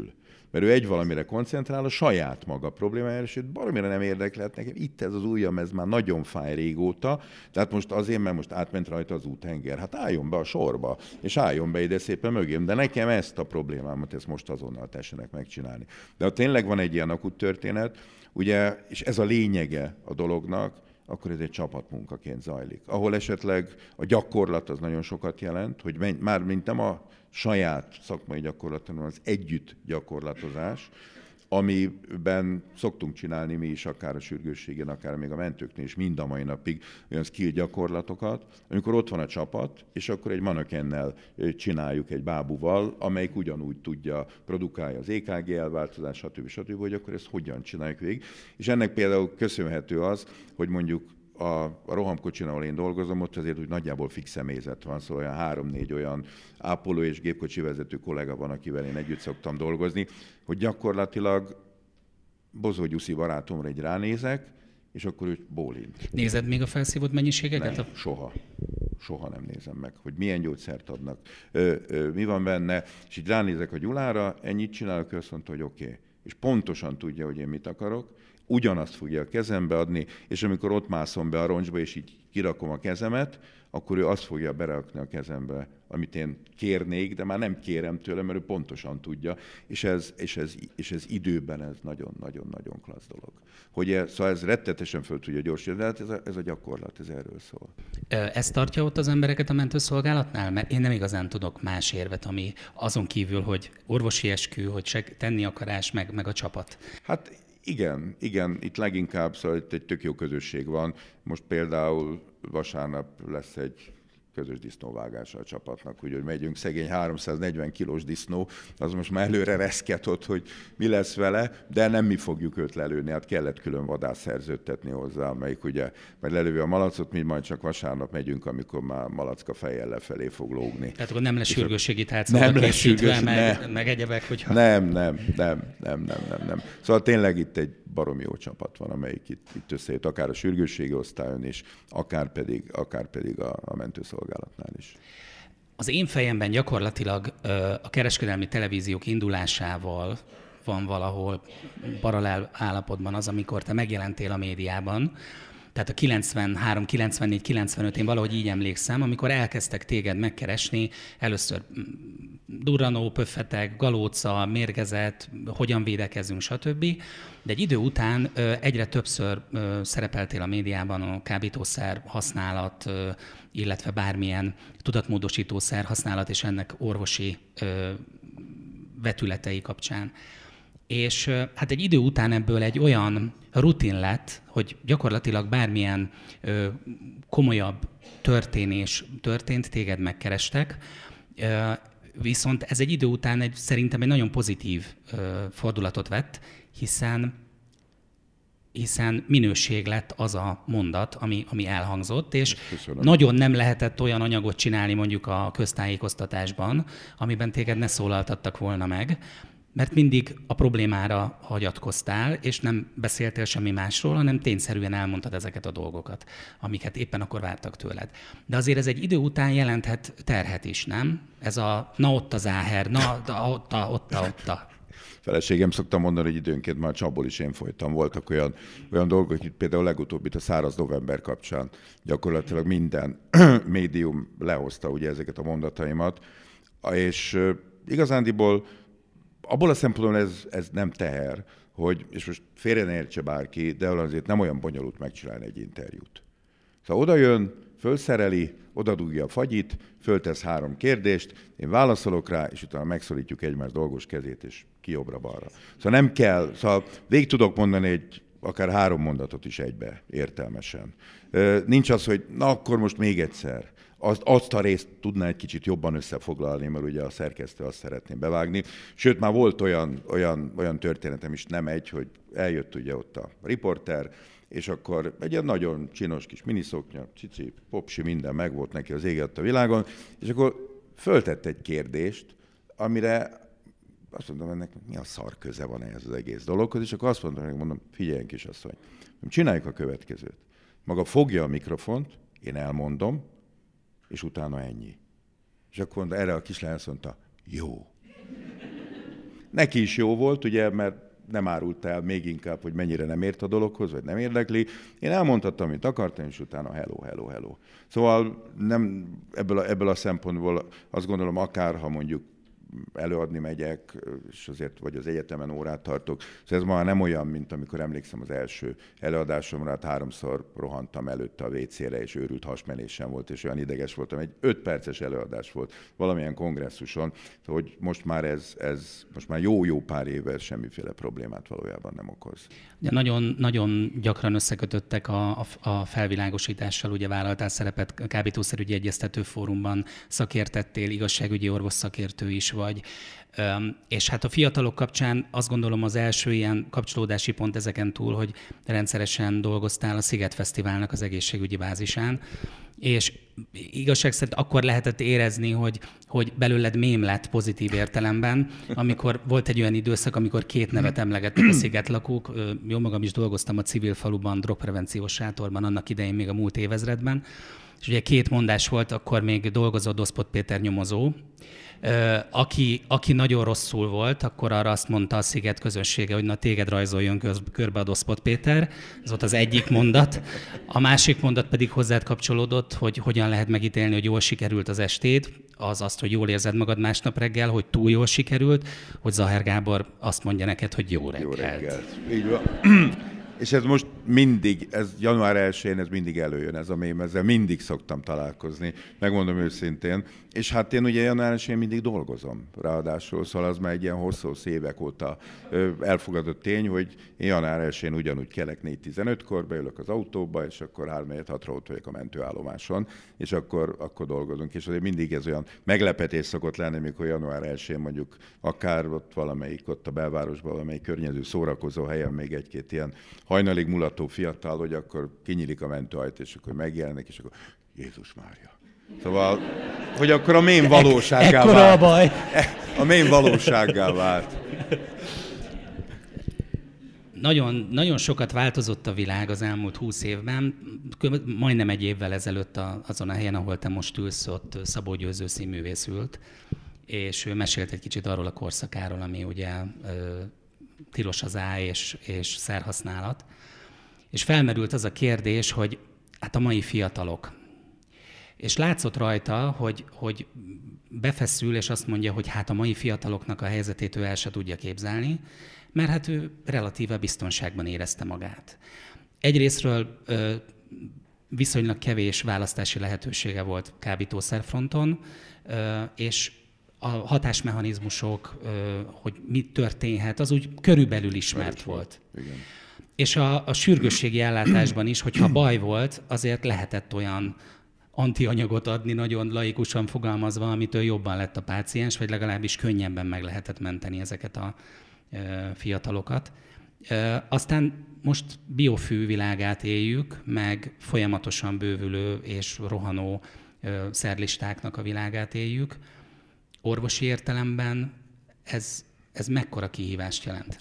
Mert ő egy valamire koncentrál, a saját maga problémájára, és őt baromira nem érdekelt nekem. Itt ez az ujjam, ez már nagyon fáj régóta, tehát most azért, mert most átment rajta az úthenger. Hát álljon be a sorba, és álljon be ide szépen mögém, de nekem ezt a problémámat, ezt most azonnal tessenek megcsinálni. De ha tényleg van egy ilyen akut történet, ugye, és ez a lényege a dolognak, akkor ez egy csapatmunkaként zajlik. Ahol esetleg a gyakorlat az nagyon sokat jelent, hogy menj, már mint nem a saját szakmai gyakorlat, hanem az együtt gyakorlatozás, amiben szoktunk csinálni mi is, akár a sürgősségen, akár még a mentőknél is, mind a mai napig olyan skill gyakorlatokat, amikor ott van a csapat, és akkor egy manekennel csináljuk egy bábúval, amelyik ugyanúgy tudja, produkálja az é ká gé elváltozás, stb. stb., hogy akkor ezt hogyan csináljuk végig. És ennek például köszönhető az, hogy mondjuk a, a rohamkocsin, ahol én dolgozom, ott azért úgy nagyjából fix személyzet van, szóval olyan három-négy olyan ápoló és gépkocsi vezető kollega van, akivel én együtt szoktam dolgozni, hogy gyakorlatilag Bozó Gyuszi barátomra egy ránézek, és akkor ő bólint. Nézed még a felszívott mennyiségeket? Nem, soha. Soha nem nézem meg, hogy milyen gyógyszert adnak, ö, ö, mi van benne, és így ránézek a Gyulára, ennyit csinálok, ő azt mondta, hogy oké. Okay. És pontosan tudja, hogy én mit akarok, ugyanazt fogja a kezembe adni, és amikor ott mászom be a roncsba, és így kirakom a kezemet, akkor ő azt fogja berakni a kezembe, amit én kérnék, de már nem kérem tőle, mert ő pontosan tudja, és ez, és ez, és ez időben ez nagyon-nagyon-nagyon klassz dolog. Hogy ez, szóval ez rettetesen föl tudja gyorsítani, de hát ez a, ez a gyakorlat, ez erről szól. Ez tartja ott az embereket a mentőszolgálatnál? Mert én nem igazán tudok más érvet, ami azon kívül, hogy orvosi eskü, hogy seg- tenni akarás, meg, meg a csapat. Hát igen, igen, itt leginkább szóval itt egy tök jó közösség van. Most például vasárnap lesz egy közös disznóvágása a csapatnak, úgyhogy megyünk, szegény háromszáznegyven kilós disznó, az most már előre reszketott, hogy mi lesz vele, de nem mi fogjuk őt lelőni, hát kellett külön vadász szerződtetni hozzá, amelyik ugye, mert lelővi a malacot, mi majd csak vasárnap megyünk, amikor már malacka fejjel lefelé fog lógni. Tehát akkor nem lesz sürgősségi tálcával készítve, meg, ne. meg egyebek, hogyha... Nem, nem, nem, nem, nem, nem, nem. Szóval tényleg itt egy baromi jó csapat van, amelyik itt, itt összejött, akár a sürgősségi osztályon is, akár pedig, akár pedig a, a mentőszolgálatnál is. Az én fejemben gyakorlatilag a kereskedelmi televíziók indulásával van valahol paralel állapotban az, amikor te megjelentél a médiában, tehát a kilencvenhárom, kilencvennégy, kilencvenöt, én valahogy így emlékszem, amikor elkezdtek téged megkeresni, először durranó, pöffetek, galóca, mérgezet, hogyan védekezünk, stb. De egy idő után egyre többször szerepeltél a médiában a kábítószer használat, illetve bármilyen tudatmódosítószer használat és ennek orvosi vetületei kapcsán. És hát egy idő után ebből egy olyan rutin lett, hogy gyakorlatilag bármilyen ö, komolyabb történés történt, téged megkerestek, ö, viszont ez egy idő után egy, szerintem egy nagyon pozitív ö, fordulatot vett, hiszen, hiszen minőség lett az a mondat, ami, ami elhangzott, és Köszönöm. Nagyon nem lehetett olyan anyagot csinálni mondjuk a köztájékoztatásban, amiben téged ne szólaltattak volna meg, mert mindig a problémára hagyatkoztál, és nem beszéltél semmi másról, hanem tényszerűen elmondtad ezeket a dolgokat, amiket éppen akkor vártak tőled. De azért ez egy idő után jelenthet terhet is, nem? Ez a na ott az áher, na ott a, ott a, ott a. Feleségem szoktam mondani, hogy időnként már csapból is én folytam. Voltak olyan, olyan dolgok, hogy például legutóbb itt a száraz november kapcsán gyakorlatilag minden médium lehozta ugye ezeket a mondataimat, és igazándiból abból a szempontból ez, ez nem teher, hogy, és most félre ne értse bárki, de azért nem olyan bonyolult megcsinálni egy interjút. Szóval oda jön, fölszereli, odadugja a fagyit, föltesz három kérdést, én válaszolok rá, és utána megszorítjuk egymás dolgos kezét, és ki jobbra-balra. Szóval nem kell, szóval végig tudok mondani egy akár három mondatot is egybe értelmesen. Nincs az, hogy na akkor most még egyszer. Azt, azt a részt tudná egy kicsit jobban összefoglalni, mert ugye a szerkesztő azt szeretné bevágni. Sőt, már volt olyan, olyan, olyan történetem is, nem egy, hogy eljött ugye ott a riporter, és akkor egy ilyen nagyon csinos kis miniszoknya, cici, popsi, minden meg volt neki az ég a világon, és akkor föltett egy kérdést, amire azt mondom, ennek mi a szar köze van ehhez az egész dologhoz, és akkor azt mondom, hogy mondom, figyeljen kisasszony, csináljuk a következőt. Maga fogja a mikrofont, én elmondom, és utána ennyi. És akkor mondta, erre a kislány azt mondta, jó. Neki is jó volt, ugye, mert nem árult el még inkább, hogy mennyire nem ért a dologhoz, vagy nem érdekli. Én elmondhattam, amit akartam, és utána hello, hello, hello. Szóval nem, ebből, a, ebből a szempontból azt gondolom, akár ha mondjuk előadni megyek, és azért vagy az egyetemen órát tartok. Szóval ez már nem olyan, mint amikor emlékszem az első előadásomra, hát háromszor rohantam előtte a vécére, és őrült hasmenésem volt, és olyan ideges voltam. Egy öt perces előadás volt valamilyen kongresszuson, hogy most már ez, ez most már jó-jó pár éve semmiféle problémát valójában nem okoz. Ugye nagyon, nagyon gyakran összekötöttek a, a felvilágosítással, ugye vállaltál szerepet kábítószerügyi egyeztető fórumban, szakértettél, igazságügyi orvos szakértő is vagy. És hát a fiatalok kapcsán azt gondolom az első ilyen kapcsolódási pont ezeken túl, hogy rendszeresen dolgoztál a Sziget Fesztiválnak az egészségügyi bázisán, és igazság szerint akkor lehetett érezni, hogy, hogy belőled mém lett pozitív értelemben, amikor volt egy olyan időszak, amikor két nevet emlegettek a szigetlakók. Jó magam is dolgoztam a Civil Faluban, drogprevenciós sátorban, annak idején még a múlt évezredben, és ugye két mondás volt, akkor még dolgozott Doszpot Péter nyomozó, aki, aki nagyon rosszul volt, akkor arra azt mondta a Sziget közössége, hogy na téged rajzoljon körbe a Doszpot Péter. Ez volt az egyik mondat. A másik mondat pedig hozzád kapcsolódott, hogy hogyan lehet megítélni, hogy jól sikerült az estéd, az azt, hogy jól érzed magad másnap reggel, hogy túl jól sikerült, hogy Zahár Gábor azt mondja neked, hogy jó reggelt. Jó reggelt. Így van. És ez most mindig, ez január elsején ez mindig előjön, ez a mém, ezzel mindig szoktam találkozni, megmondom őszintén. És hát én ugye január elsején mindig dolgozom, ráadásul, szóval az már egy ilyen hosszú évek óta elfogadott tény, hogy én január elsején ugyanúgy kelek négy tizenötkor, beülök az autóba, és akkor három hatra ott vagyok a mentőállomáson, és akkor, akkor dolgozunk. És azért mindig ez olyan meglepetés szokott lenni, mikor január elsején mondjuk akár ott valamelyik, ott a belvárosban valamelyik környező szórakozó helyen még egy-két ilyen hajnalig mulató fiatal, hogy akkor kinyílik a mentőajtó, és akkor megjelenik, és akkor Jézus Mária. Szóval, hogy akkor a mém valósággá vált. Ekkora a baj. A mém valósággá vált. Nagyon, nagyon sokat változott a világ az elmúlt húsz évben. Majdnem egy évvel ezelőtt a, azon a helyen, ahol te most ülsz, ott Szabó Győző színművész ült, és ő mesélt egy kicsit arról a korszakáról, ami ugye tilos az áj és, és szerhasználat. És felmerült az a kérdés, hogy hát a mai fiatalok. És látszott rajta, hogy, hogy befeszül, és azt mondja, hogy hát a mai fiataloknak a helyzetét ő el se tudja képzelni, mert hát ő relatíve biztonságban érezte magát. Egyrészről ö, viszonylag kevés választási lehetősége volt kábítószerfronton, ö, és a hatásmechanizmusok, ö, hogy mi történhet, az úgy körülbelül ismert volt. Igen. És a, a sürgősségi ellátásban is, hogyha baj volt, azért lehetett olyan antianyagot adni, nagyon laikusan fogalmazva, amitől jobban lett a páciens, vagy legalábbis könnyebben meg lehetett menteni ezeket a e, fiatalokat. E, aztán most biofű világát éljük, meg folyamatosan bővülő és rohanó e, szerlistáknak a világát éljük. Orvosi értelemben ez, ez mekkora kihívást jelent?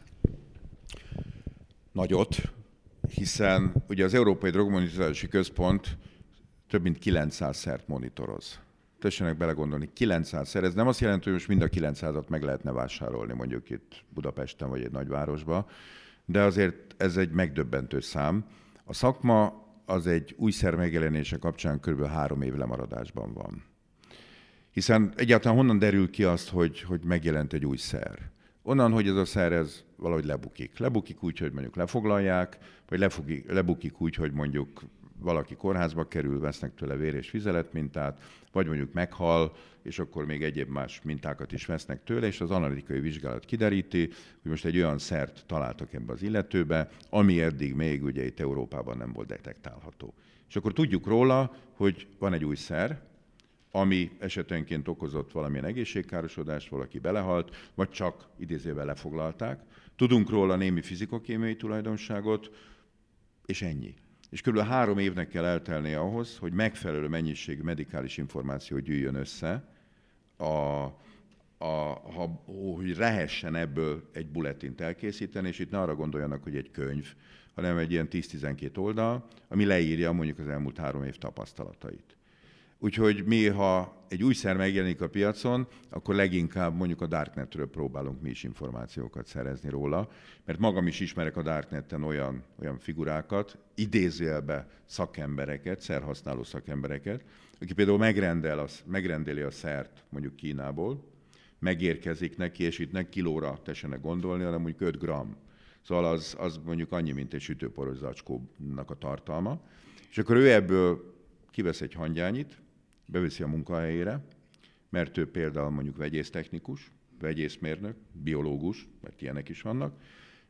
Nagyot, hiszen ugye az Európai Drogmonitorozási Központ több mint kilencszáz szert monitoroz. Tessenek belegondolni, kilencszáz szer, ez nem azt jelenti, hogy most mind a kilencszázat meg lehetne vásárolni, mondjuk itt Budapesten vagy egy nagyvárosban, de azért ez egy megdöbbentő szám. A szakma az egy új szer megjelenése kapcsán kb. három év lemaradásban van. Hiszen egyáltalán honnan derül ki azt, hogy, hogy megjelent egy új szer? Onnan, hogy ez a szer ez valahogy lebukik. Lebukik úgy, hogy mondjuk lefoglalják, vagy lefogik, lebukik úgy, hogy mondjuk valaki kórházba kerül, vesznek tőle vér- és vizeletmintát, vagy mondjuk meghal, és akkor még egyéb más mintákat is vesznek tőle, és az analitikai vizsgálat kideríti, hogy most egy olyan szert találtak ebbe az illetőbe, ami eddig még ugye itt Európában nem volt detektálható. És akkor tudjuk róla, hogy van egy új szer, ami esetenként okozott valamilyen egészségkárosodást, valaki belehalt, vagy csak idézővel lefoglalták. Tudunk róla némi fizikokémiai tulajdonságot, és ennyi. És kb. három évnek kell eltelnie ahhoz, hogy megfelelő mennyiségű medikális információ gyűjjön össze, a, a, ha, hogy lehessen ebből egy bulletint elkészíteni, és itt ne arra gondoljanak, hogy egy könyv, hanem egy ilyen tíz-tizenkét oldal, ami leírja mondjuk az elmúlt három év tapasztalatait. Úgyhogy mi, ha egy új szer megjelenik a piacon, akkor leginkább mondjuk a Darknetről próbálunk mi is információkat szerezni róla, mert magam is ismerek a Darkneten olyan, olyan figurákat, idézőjelbe szakembereket, szerhasználó szakembereket, aki például megrendel az, megrendeli a szert mondjuk Kínából, megérkezik neki, és itt ne kilóra tessenek gondolni, hanem mondjuk öt gramm. Szóval az, az mondjuk annyi, mint egy sütőporos zacskónak a tartalma. És akkor ő ebből kivesz egy hangyányit, beviszi a munkahelyére, mert ő például mondjuk vegyésztechnikus, vegyészmérnök, biológus, mert ilyenek is vannak,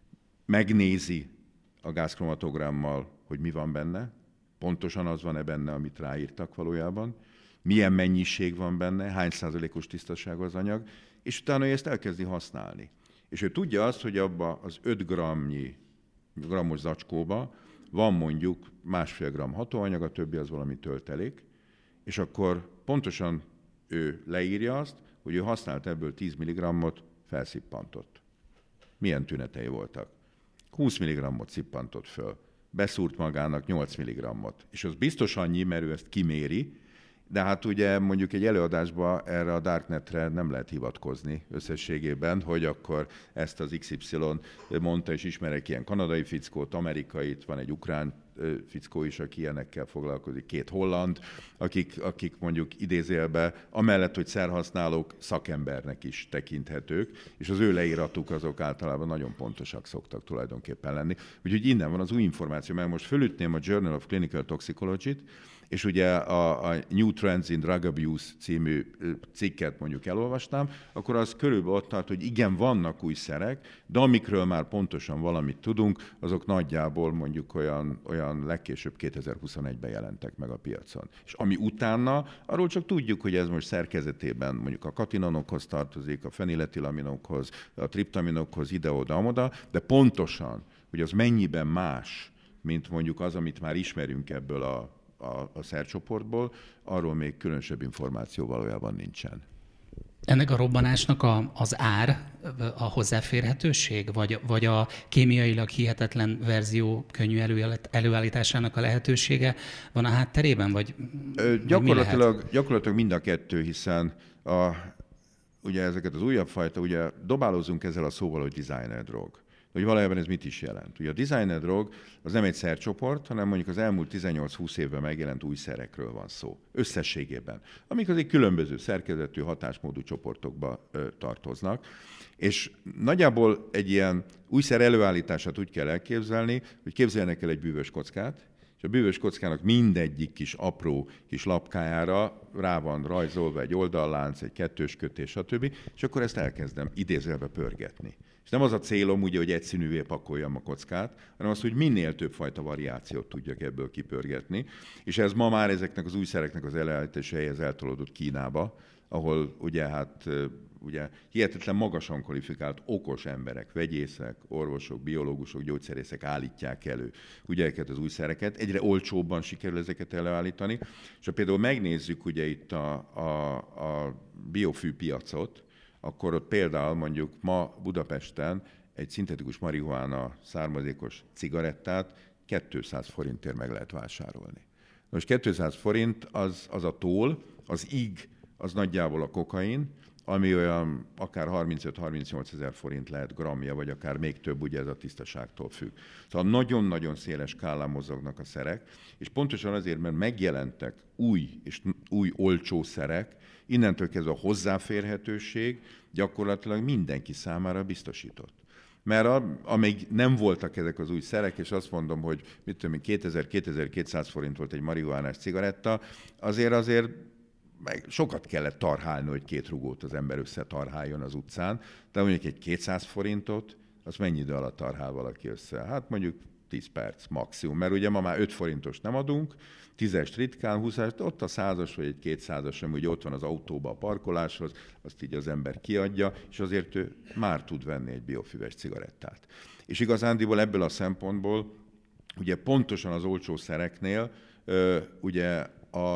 megnézi a gázkromatogrammal, hogy mi van benne, pontosan az van-e benne, amit ráírtak valójában, milyen mennyiség van benne, hány százalékos tisztaság az anyag, és utána ő ezt elkezdi használni. És ő tudja azt, hogy abba az öt grammnyi, grammos zacskóba van mondjuk másfél gramm hatóanyag, a többi az valami töltelék, és akkor pontosan ő leírja azt, hogy ő használt ebből tíz milligrammot, felszippantott. Milyen tünetei voltak? húsz milligrammot szippantott föl, beszúrt magának nyolc milligrammot. És az biztos annyi, mert ő ezt kiméri, de hát ugye mondjuk egy előadásban erre a Darknetre nem lehet hivatkozni összességében, hogy akkor ezt az iksz ipszilon mondta, és ismerek ilyen kanadai fickót, amerikait, van egy ukrán fickó is, aki ilyenekkel foglalkozik, két holland, akik, akik mondjuk idézőjelben, amellett, hogy szerhasználók, szakembernek is tekinthetők, és az ő leíratuk azok általában nagyon pontosak szoktak tulajdonképpen lenni. Úgyhogy innen van az új információ, mert most fölütném a Journal of Clinical Toxicology-t, és ugye a, a New Trends in Drug Abuse című cikket mondjuk elolvastam, akkor az körülbelül ott tart, hogy igen, vannak új szerek, de amikről már pontosan valamit tudunk, azok nagyjából mondjuk olyan, olyan legkésőbb kétezer-huszonegyben jelentek meg a piacon. És ami utána, arról csak tudjuk, hogy ez most szerkezetében mondjuk a katinonokhoz tartozik, a feniletilaminokhoz, a triptaminokhoz, ide-oda-oda, de pontosan, hogy az mennyiben más, mint mondjuk az, amit már ismerünk ebből a a, a szercsoportból, arról még különösebb információ valójában nincsen. Ennek a robbanásnak a, az ár, a hozzáférhetőség, vagy, vagy a kémiailag hihetetlen verzió könnyű előállításának a lehetősége van a hátterében, vagy Ö, gyakorlatilag, gyakorlatilag mind a kettő, hiszen a, ugye ezeket az újabb fajta, ugye dobálózunk ezzel a szóval, hogy designer drog. Hogy valójában ez mit is jelent. Ugye a designer drog az nem egy szercsoport, hanem mondjuk az elmúlt tizennyolc-húsz évben megjelent új szerekről van szó, összességében, amik azért különböző szerkezetű, hatásmódú csoportokba ö, tartoznak. És nagyjából egy ilyen új szer előállítását úgy kell elképzelni, hogy képzeljenek el egy bűvös kockát, és a bűvös kockának mindegyik kis apró kis lapkájára rá van rajzolva egy oldallánc, egy kettős kötés, stb. És akkor ezt elkezdem idézőjelbe pörgetni. És nem az a célom, ugye, hogy egyszínűvé pakoljam a kockát, hanem az, hogy minél több fajta variációt tudjak ebből kipörgetni. És ez ma már ezeknek az új szereknek az előállítása helyez eltolódott Kínába, ahol ugye hát ugye hihetetlen magasan kvalifikált, okos emberek, vegyészek, orvosok, biológusok, gyógyszerészek állítják elő ugye ezeket az új szereket. Egyre olcsóbban sikerül ezeket előállítani. És ha például megnézzük ugye itt a, a, a biofű piacot, akkor ott például mondjuk ma Budapesten egy szintetikus marihuána származékos cigarettát kétszáz forintért meg lehet vásárolni. Most kétszáz forint az, az a toll, az ig, az nagyjából a kokain, ami olyan akár harmincöt-harmincnyolc ezer forint lehet grammja, vagy akár még több, ugye ez a tisztaságtól függ. Szóval nagyon-nagyon széles skálán mozognak a szerek, és pontosan azért, mert megjelentek új és új olcsó szerek, innentől kezdve a hozzáférhetőség gyakorlatilag mindenki számára biztosított. Mert a, amíg nem voltak ezek az új szerek, és azt mondom, hogy mit tudom én, kétezer-kétezer-kétszáz forint volt egy marihuánás cigaretta, azért azért meg sokat kellett tarhálni, hogy két rugót az ember összetarháljon az utcán, de mondjuk egy kétszáz forintot, az mennyi idő alatt tarhál valaki össze? Hát mondjuk tíz perc maximum, mert ugye ma már öt forintos nem adunk, tízest ritkán, húszast, ott a százas vagy egy kétszázas sem, ugye ott van az autóba a parkoláshoz, azt így az ember kiadja, és azért ő már tud venni egy biofüves cigarettát. És igazándiból ebből a szempontból, ugye pontosan az olcsó szereknél, ugye a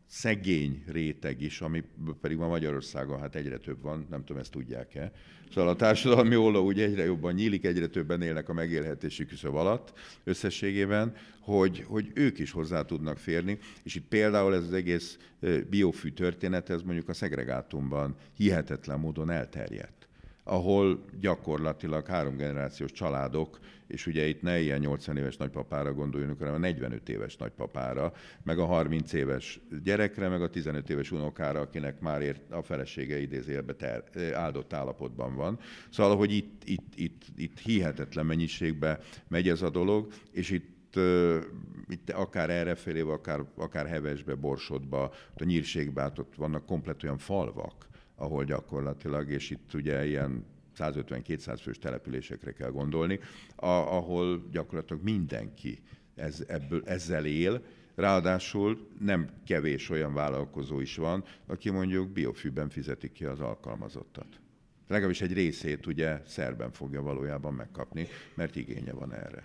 szegény réteg is, ami pedig ma Magyarországon hát egyre több van, nem tudom, ezt tudják-e. Szóval a társadalmi olló úgy egyre jobban nyílik, egyre többen élnek a megélhetési küszöb alatt összességében, hogy, hogy ők is hozzá tudnak férni, és itt például ez az egész biofű történet, ez mondjuk a szegregátumban hihetetlen módon elterjedt, ahol gyakorlatilag háromgenerációs családok, és ugye itt ne ilyen nyolcvan éves nagypapára gondoljunk, hanem a negyvenöt éves nagypapára, meg a harminc éves gyerekre, meg a tizenöt éves unokára, akinek már ért, a felesége idézőjelben ter, áldott állapotban van. Szóval, hogy itt, itt, itt, itt hihetetlen mennyiségben megy ez a dolog, és itt itt akár errefelé, akár, akár Hevesbe, Borsodba, a Nyírségbe, hát ott vannak komplet olyan falvak, ahol gyakorlatilag, és itt ugye ilyen százötven-kétszáz fős településekre kell gondolni, ahol gyakorlatilag mindenki ez, ebből, ezzel él, ráadásul nem kevés olyan vállalkozó is van, aki mondjuk biofűben fizeti ki az alkalmazottat. Legalábbis egy részét ugye szerben fogja valójában megkapni, mert igénye van erre.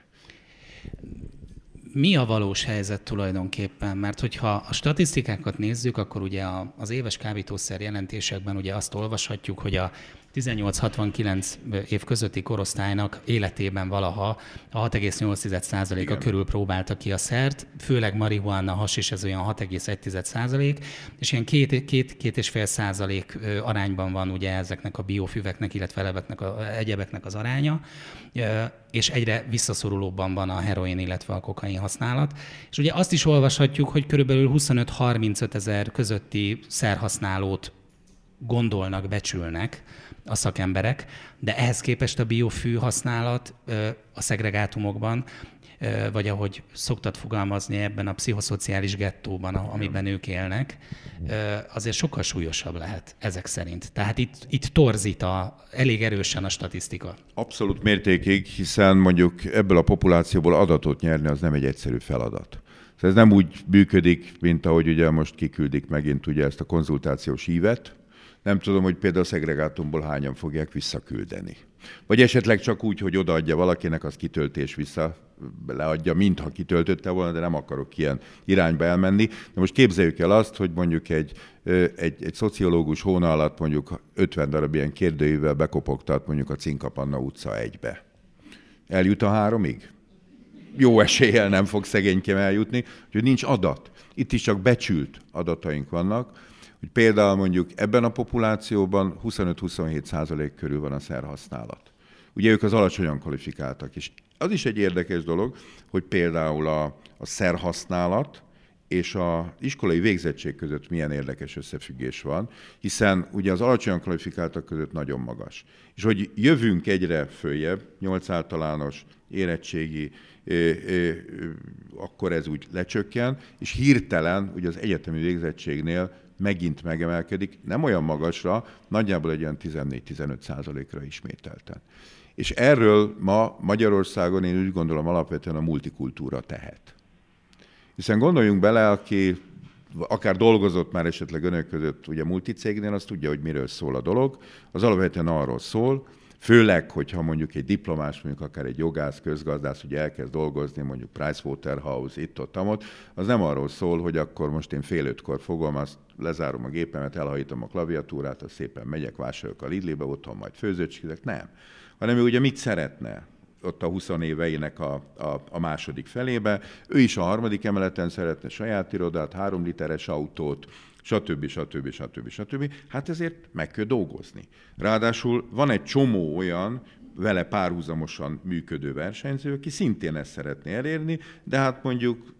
Mi a valós helyzet tulajdonképpen? Mert hogyha a statisztikákat nézzük, akkor ugye az éves kábítószer jelentésekben ugye azt olvashatjuk, hogy a tizennyolc hatvankilenc év közötti korosztálynak életében valaha a hat egész nyolc százaléka körül próbálta ki a szert, főleg marihuána, hasis, ez olyan hat egész egy százalék, és ilyen két, két, két és fél százalék arányban van ugye ezeknek a biofüveknek, illetve eleveknek, a, egyebeknek az aránya, és egyre visszaszorulóbban van a heroin, illetve a kokain használat. És ugye azt is olvashatjuk, hogy körülbelül huszonöt-harmincöt ezer közötti szerhasználót gondolnak, becsülnek a szakemberek, de ehhez képest a biofű használat a szegregátumokban, vagy ahogy szoktad fogalmazni ebben a pszichoszociális gettóban, amiben ők élnek, azért sokkal súlyosabb lehet ezek szerint. Tehát itt, itt torzít a, elég erősen a statisztika. Abszolút mértékig, hiszen mondjuk ebből a populációból adatot nyerni az nem egy egyszerű feladat. Ez nem úgy működik, mint ahogy ugye most kiküldik megint ugye ezt a konzultációs ívet. Nem tudom, hogy például a szegregátumból hányan fogják visszaküldeni. Vagy esetleg csak úgy, hogy odaadja valakinek, az kitöltés vissza leadja, mintha kitöltötte volna, de nem akarok ilyen irányba elmenni. De most képzeljük el azt, hogy mondjuk egy, egy, egy szociológus hóna alatt mondjuk ötven darab ilyen kérdőjével bekopogtat mondjuk a Cinkapanna utca egybe. Eljut a háromig? Jó eséllyel nem fog szegénykém eljutni, hogy nincs adat. Itt is csak becsült adataink vannak, hogy például mondjuk ebben a populációban huszonöt-huszonhét százalék körül van a szerhasználat. Ugye ők az alacsonyan kvalifikáltak is. Az is egy érdekes dolog, hogy például a, a szerhasználat és az iskolai végzettség között milyen érdekes összefüggés van, hiszen ugye az alacsonyan kvalifikáltak között nagyon magas. És hogy jövünk egyre följebb, nyolc általános, érettségi, é, é, akkor ez úgy lecsökken, és hirtelen ugye az egyetemi végzettségnél megint megemelkedik, nem olyan magasra, nagyjából egy olyan tizennégy-tizenöt százalékra ismételten. És erről ma Magyarországon én úgy gondolom alapvetően a multikultúra tehet. Hiszen gondoljunk bele, aki akár dolgozott már esetleg önök között ugye multicégnél, az tudja, hogy miről szól a dolog. Az alapvetően arról szól, főleg, hogyha mondjuk egy diplomás, mondjuk akár egy jogász, közgazdász, ugye elkezd dolgozni, mondjuk Pricewaterhouse, itt-ott, amott, az nem arról szól, hogy akkor most én fél ötkor fogom, azt lezárom a gépemet, elhajítom a klaviatúrát, azt szépen megyek, vásárolok a Lidlbe, otthon majd főzőcskézek, nem. Hanem ő ugye mit szeretne ott a húsz éveinek a, a, a második felébe. Ő is a harmadik emeleten szeretne saját irodát, három literes autót, stb. stb. stb. stb. Hát ezért meg kell dolgozni. Ráadásul van egy csomó olyan vele párhuzamosan működő versenyző, aki szintén ezt szeretné elérni, de hát mondjuk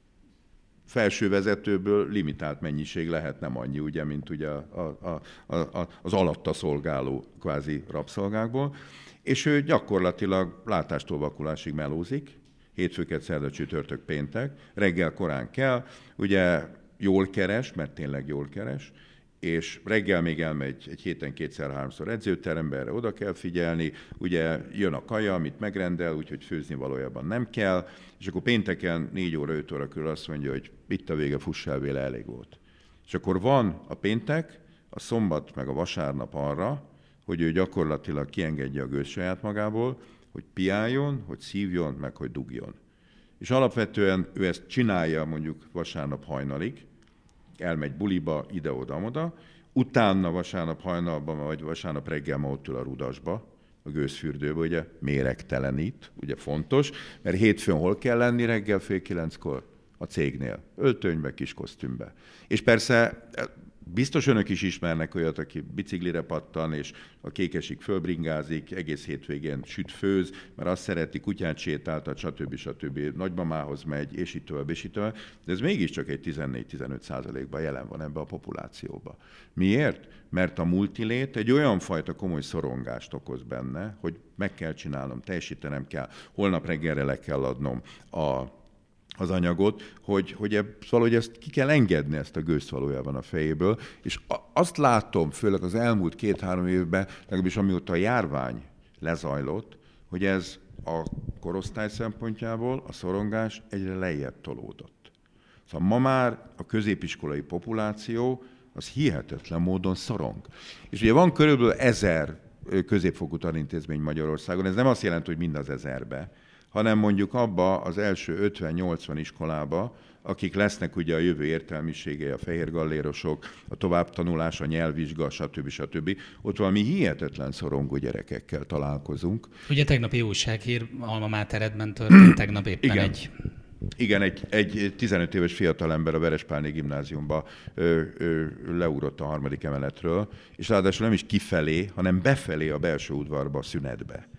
felső vezetőből limitált mennyiség lehet, nem annyi, ugye, mint ugye a, a, a, a, az alatta szolgáló kvázi rabszolgákból. És ő gyakorlatilag látástól vakulásig melózik, hétfőket, szerda, csütörtök, péntek, reggel korán kell, ugye jól keres, mert tényleg jól keres, és reggel még elmegy egy héten kétszer-háromszor edzőterembe, erre oda kell figyelni, ugye jön a kaja, amit megrendel, úgyhogy főzni valójában nem kell, és akkor pénteken négy óra, öt óra körül azt mondja, hogy itt a vége, fussál véle, elég volt. És akkor van a péntek, a szombat meg a vasárnap arra, hogy ő gyakorlatilag kiengedje a gőz saját magából, hogy piáljon, hogy szívjon, meg hogy dugjon. És alapvetően ő ezt csinálja mondjuk vasárnap hajnalig, elmegy buliba, ide-oda-oda, utána vasárnap hajnalban, vagy vasárnap reggel ma ott ül a rudasba, a gőzfürdőbe, ugye méregtelenít, ugye fontos, mert hétfőn hol kell lenni reggel fél kilenckor? A cégnél, öltönybe, kis kosztümbe. És persze biztos önök is ismernek olyat, aki biciklire pattan, és a Kékesig fölbringázik, egész hétvégén süt, főz, mert azt szereti, kutyát sétáltat, stb. stb. Nagymamához megy, és így tovább, és így tovább. De ez mégiscsak egy tizennégy-tizenöt százalékban jelen van ebbe a populációba. Miért? Mert a multilét egy olyan fajta komoly szorongást okoz benne, hogy meg kell csinálnom, teljesítenem kell, holnap reggelre le kell adnom a az anyagot, hogy, hogy valahogy ezt ki kell engedni, ezt a gőzt valójában a fejéből. És azt látom, főleg az elmúlt két-három évben, legalábbis amióta a járvány lezajlott, hogy ez a korosztály szempontjából a szorongás egyre lejjebb tolódott. Szóval ma már a középiskolai populáció az hihetetlen módon szorong. És ugye van körülbelül ezer középfokú tanintézmény Magyarországon, ez nem azt jelenti, hogy mind az ezerbe, hanem mondjuk abba az első ötven-nyolcvan iskolába, akik lesznek ugye a jövő értelmiségei, a fehérgallérosok, a továbbtanulás, a nyelvvizsga, stb. stb. Ott valami hihetetlen szorongó gyerekekkel találkozunk. Ugye tegnapi újsághír Alma Máteredben történt, tegnap éppen Igen. egy... Igen, egy, egy tizenöt éves fiatalember a Verespálné gimnáziumba ö, ö, leugrott a harmadik emeletről, és ráadásul nem is kifelé, hanem befelé a belső udvarba, a szünetbe.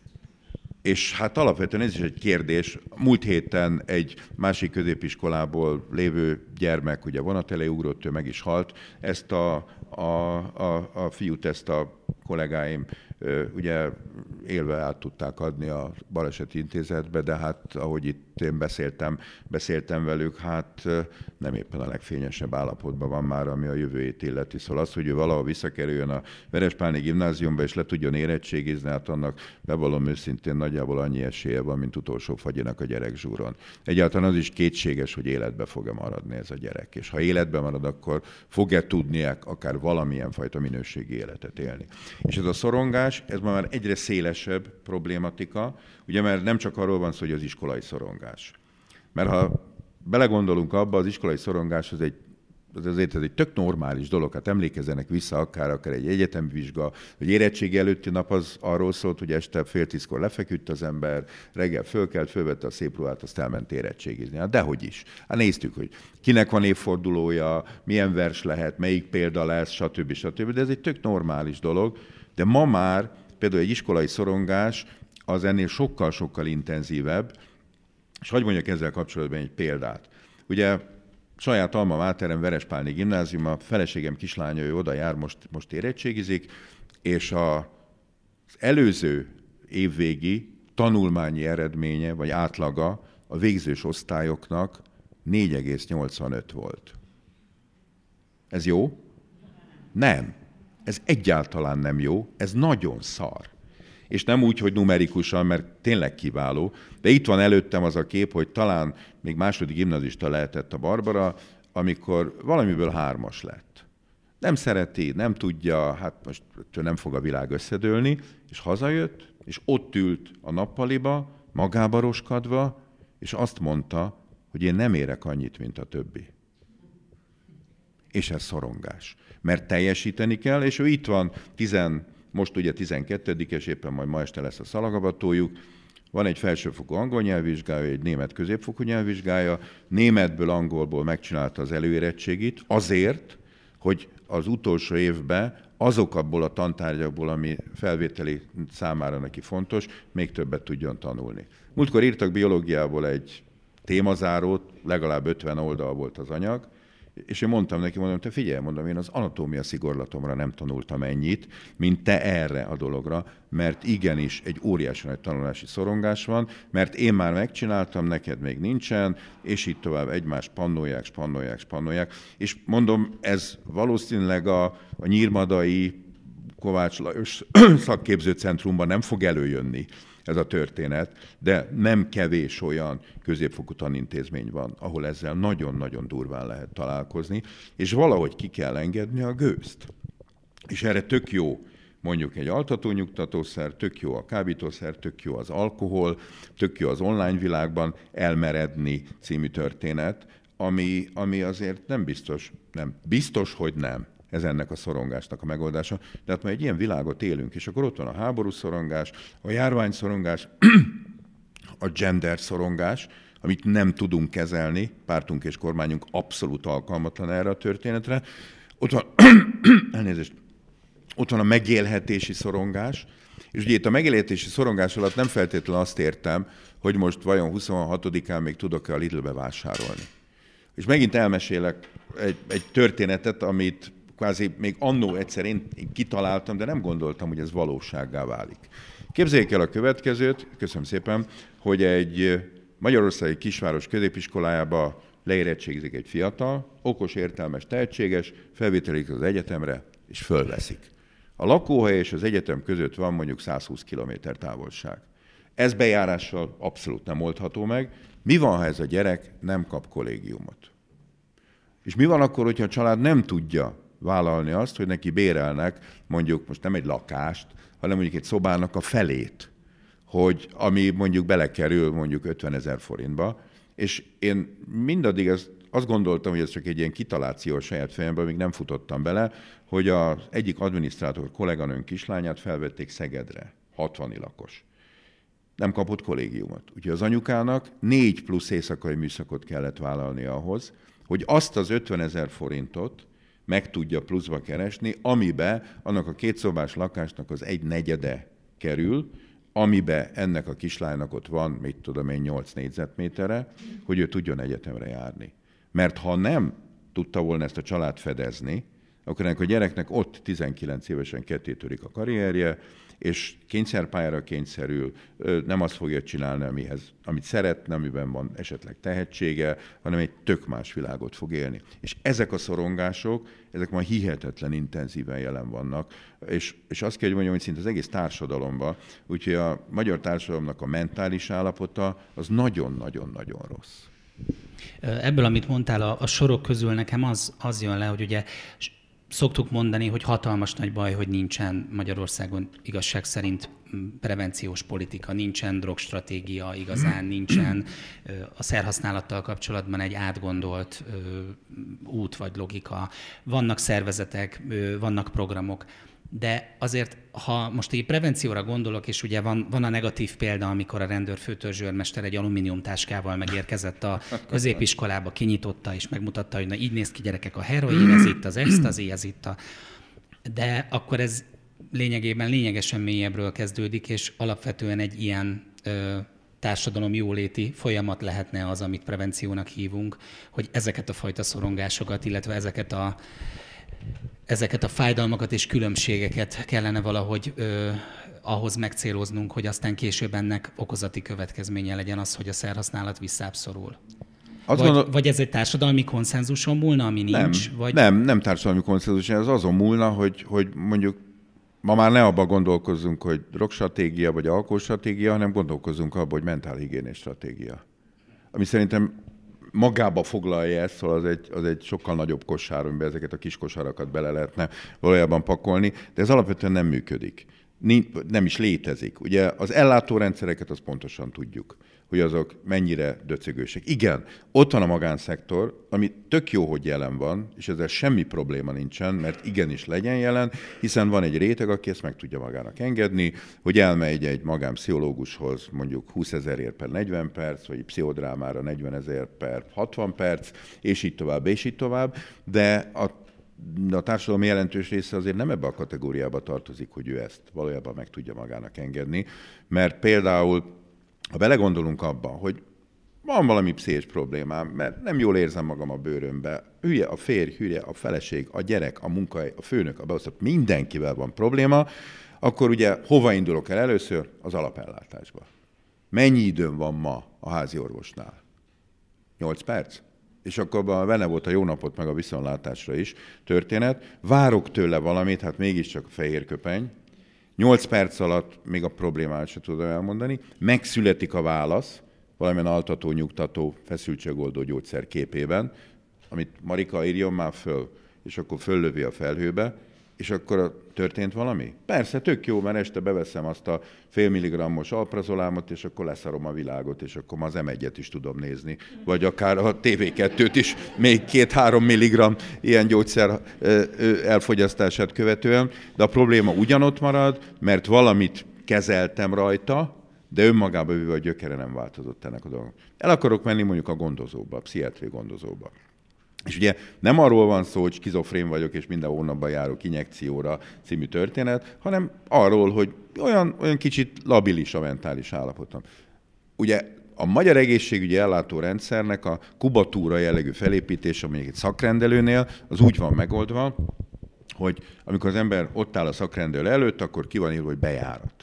És hát alapvetően ez is egy kérdés. Múlt héten egy másik középiskolából lévő gyermek, ugye vonat elé ugrott, ő meg is halt. Ezt a, a, a, a fiút, ezt a kollégáim ugye élve át tudták adni a baleseti intézetbe, de hát ahogy itt én beszéltem, beszéltem velük, hát nem éppen a legfényesebb állapotban van már, ami a jövőjét illeti. Szóval az, hogy ő valahol visszakerüljön a Verespálné gimnáziumba, és le tudjon érettségizni, hát annak bevallom őszintén nagyjából annyi esélye van, mint utolsó fagyinak a gyerekzsúron. Egyáltalán az is kétséges, hogy életbe fog-e maradni ez a gyerek. És ha életbe marad, akkor fog-e tudnia akár valamilyen fajta minőségi életet élni. És ez a szorongás, ez ma már egyre szélesebb problématika, ugye, mert nem csak arról van szó, hogy az iskolai szorongás. Mert ha belegondolunk abba, az iskolai szorongás az egy, az azért ez egy tök normális dolog, hát emlékezzenek vissza akár, akár egy egyetemi vizsga, hogy érettségi előtti nap az arról szólt, hogy este fél tízkor lefeküdt az ember, reggel fölkelt, fölvette a szép ruhát, azt elment érettségizni. Hát dehogy is. Hát néztük, hogy kinek van évfordulója, milyen vers lehet, melyik példa lesz, stb. stb. De ez egy tök normális dolog, de ma már például egy iskolai szorongás az ennél sokkal-sokkal intenzívebb, és hadd mondjak ezzel kapcsolatban egy példát. Ugye saját alma máterem, Verespálné gimnázium, a feleségem kislánya, ő oda jár, most, most érettségizik, és a, az előző évvégi tanulmányi eredménye, vagy átlaga a végzős osztályoknak négy egész nyolcvanöt volt. Ez jó? Nem. Ez egyáltalán nem jó, ez nagyon szar. És nem úgy, hogy numerikusan, mert tényleg kiváló, de itt van előttem az a kép, hogy talán még második gimnazista lehetett a Barbara, amikor valamiből hármas lett. Nem szereti, nem tudja, hát most nem fog a világ összedőlni, és hazajött, és ott ült a nappaliba, magába roskadva, és azt mondta, hogy én nem érek annyit, mint a többi. És ez szorongás. Mert teljesíteni kell, és ő itt van, tizen, most ugye tizenkettedikes, éppen majd ma este lesz a szalagavatójuk, van egy felsőfokú angol nyelvvizsgája, egy német középfokú nyelvvizsgája, németből, angolból megcsinálta az előérettségit, azért, hogy az utolsó évben azok abból a tantárgyakból, ami felvételi számára neki fontos, még többet tudjon tanulni. Múltkor írtak biológiából egy témazárót, legalább ötven oldal volt az anyag, és én mondtam neki, mondom, te figyelj, mondom, én az anatómia szigorlatomra nem tanultam ennyit, mint te erre a dologra, mert igenis egy óriási nagy tanulási szorongás van, mert én már megcsináltam, neked még nincsen, és így tovább egymást pannolják, spannolják, spannolják. És mondom, ez valószínűleg a, a nyírmadai Kovács Lajos szakképzőcentrumban nem fog előjönni ez a történet, de nem kevés olyan középfokú tanintézmény van, ahol ezzel nagyon-nagyon durván lehet találkozni, és valahogy ki kell engedni a gőzt. És erre tök jó mondjuk egy altató-nyugtatószer, tök jó a kábítószer, tök jó az alkohol, tök jó az online világban elmeredni című történet, ami, ami azért nem biztos, nem, biztos, hogy nem. Ez ennek a szorongásnak a megoldása. De hát ma egy ilyen világot élünk, és akkor ott van a háború szorongás, a járvány szorongás, a gender szorongás, amit nem tudunk kezelni, pártunk és kormányunk abszolút alkalmatlan erre a történetre. Ott van, elnézést, ott van a megélhetési szorongás, és ugye itt a megélhetési szorongás alatt nem feltétlenül azt értem, hogy most vajon huszonhatodikán még tudok-e a Lidlbe vásárolni. És megint elmesélek egy, egy történetet, amit kvázi még annó egyszer én, én kitaláltam, de nem gondoltam, hogy ez valósággá válik. Képzeljék el a következőt, köszönöm szépen, hogy egy magyarországi kisváros középiskolájába leérettségizik egy fiatal, okos, értelmes, tehetséges, felvételik az egyetemre, és fölveszik. A lakóhely és az egyetem között van mondjuk százhúsz kilométer távolság. Ez bejárással abszolút nem oldható meg. Mi van, ha ez a gyerek nem kap kollégiumot? És mi van akkor, hogyha a család nem tudja vállalni azt, hogy neki bérelnek mondjuk most nem egy lakást, hanem mondjuk egy szobának a felét, hogy ami mondjuk belekerül mondjuk ötvenezer forintba, és én mindaddig ezt, azt gondoltam, hogy ez csak egy ilyen kitaláció a saját fejemben, még nem futottam bele, hogy az egyik adminisztrátor kolléganőnk kislányát felvették Szegedre, hatvani lakos. Nem kapott kollégiumot. Úgyhogy az anyukának négy plusz éjszakai műszakot kellett vállalni ahhoz, hogy azt az ötvenezer forintot meg tudja pluszba keresni, amibe annak a kétszobás lakásnak az egy negyede kerül, amibe ennek a kislánynak ott van, mit tudom én, nyolc négyzetméterre, hogy ő tudjon egyetemre járni. Mert ha nem tudta volna ezt a család fedezni, akkor ennek a gyereknek ott tizenkilenc évesen kettétörik a karrierje, és kényszerpályára kényszerül, nem azt fogja csinálni, amihez, amit szeretne, amiben van esetleg tehetsége, hanem egy tök más világot fog élni. És ezek a szorongások, ezek már hihetetlen intenzíven jelen vannak, és, és azt kell, hogy mondjam, hogy szinte az egész társadalomban, úgyhogy a magyar társadalomnak a mentális állapota az nagyon-nagyon-nagyon rossz. Ebből, amit mondtál, a, a sorok közül nekem az, az jön le, hogy ugye szoktuk mondani, hogy hatalmas nagy baj, hogy nincsen Magyarországon igazság szerint prevenciós politika, nincsen drogstratégia igazán, nincsen a szerhasználattal kapcsolatban egy átgondolt út vagy logika. Vannak szervezetek, vannak programok, de azért, ha most egy prevencióra gondolok, és ugye van, van a negatív példa, amikor a rendőrfőtörzsőrmester egy alumínium táskával megérkezett a középiskolába, kinyitotta és megmutatta, hogy na így néz ki gyerekek a heroin, ez itt az ecstasy, ez itt a... De akkor ez lényegében lényegesen mélyebbről kezdődik, és alapvetően egy ilyen ö, társadalom jóléti folyamat lehetne az, amit prevenciónak hívunk, hogy ezeket a fajta szorongásokat, illetve ezeket a ezeket a fájdalmakat és különbségeket kellene valahogy ö, ahhoz megcéloznunk, hogy aztán később ennek okozati következménye legyen az, hogy a szerhasználat visszább-szorul. Vagy, gondol... vagy ez egy társadalmi konszenzuson múlna, ami nincs? Nem, vagy... nem, nem társadalmi konszenzuson, ez azon múlna, hogy, hogy mondjuk ma már ne abban gondolkozzunk, hogy drogstratégia vagy alkoholstratégia, hanem gondolkozzunk abban, hogy mentálhigiénés stratégia. Ami szerintem magába foglalja ezt, szóval az egy, az egy sokkal nagyobb kosár, amiben ezeket a kis kosarakat bele lehetne valójában pakolni, de ez alapvetően nem működik. Nem is létezik. Ugye az ellátórendszereket azt pontosan tudjuk, hogy azok mennyire döcögősek. Igen, ott van a magánszektor, ami tök jó, hogy jelen van, és ezzel semmi probléma nincsen, mert igenis legyen jelen, hiszen van egy réteg, aki ezt meg tudja magának engedni, hogy elmegy egy magánpszichológushoz mondjuk húszezerért per negyven perc, vagy egy pszichodrámára negyvenezer per hatvan perc, és így tovább, és így tovább, de a a társadalom jelentős része azért nem ebbe a kategóriába tartozik, hogy ő ezt valójában meg tudja magának engedni, mert például, ha belegondolunk abba, hogy van valami pszichés problémám, mert nem jól érzem magam a bőrömbe, hülye a férj, hülye a feleség, a gyerek, a munkahely, a főnök, a beosztott, mindenkivel van probléma, akkor ugye hova indulok el először? Az alapellátásba. Mennyi időm van ma a házi orvosnál? nyolc perc? És akkor benne volt a jó napot, meg a viszontlátásra is történet. Várok tőle valamit, hát mégiscsak a fehér köpeny. Nyolc perc alatt még a problémát sem tudom elmondani. Megszületik a válasz, valamilyen altató, nyugtató, feszültségoldó gyógyszer képében, amit Marika írjon már föl, és akkor föllövi a felhőbe, és akkor történt valami? Persze, tök jó, mert este beveszem azt a fél milligrammos alprazolámot, és akkor leszarom a világot, és akkor az em egyet is tudom nézni. Vagy akár a té vé kettőt is még két-három milligramm ilyen gyógyszer elfogyasztását követően. De a probléma ugyanott marad, mert valamit kezeltem rajta, de önmagában véve a gyökere nem változott ennek a dolgok. El akarok menni mondjuk a gondozóba, a pszichiátriai gondozóba. És ugye nem arról van szó, hogy skizofrén vagyok, és minden hónapban járok injekcióra című történet, hanem arról, hogy olyan, olyan kicsit labilis a mentális állapotom. Ugye a magyar egészségügyi ellátórendszernek a kubatúra jellegű felépítése, mondjuk egy szakrendelőnél, az úgy van megoldva, hogy amikor az ember ott áll a szakrendelő előtt, akkor ki van írva, hogy bejárat.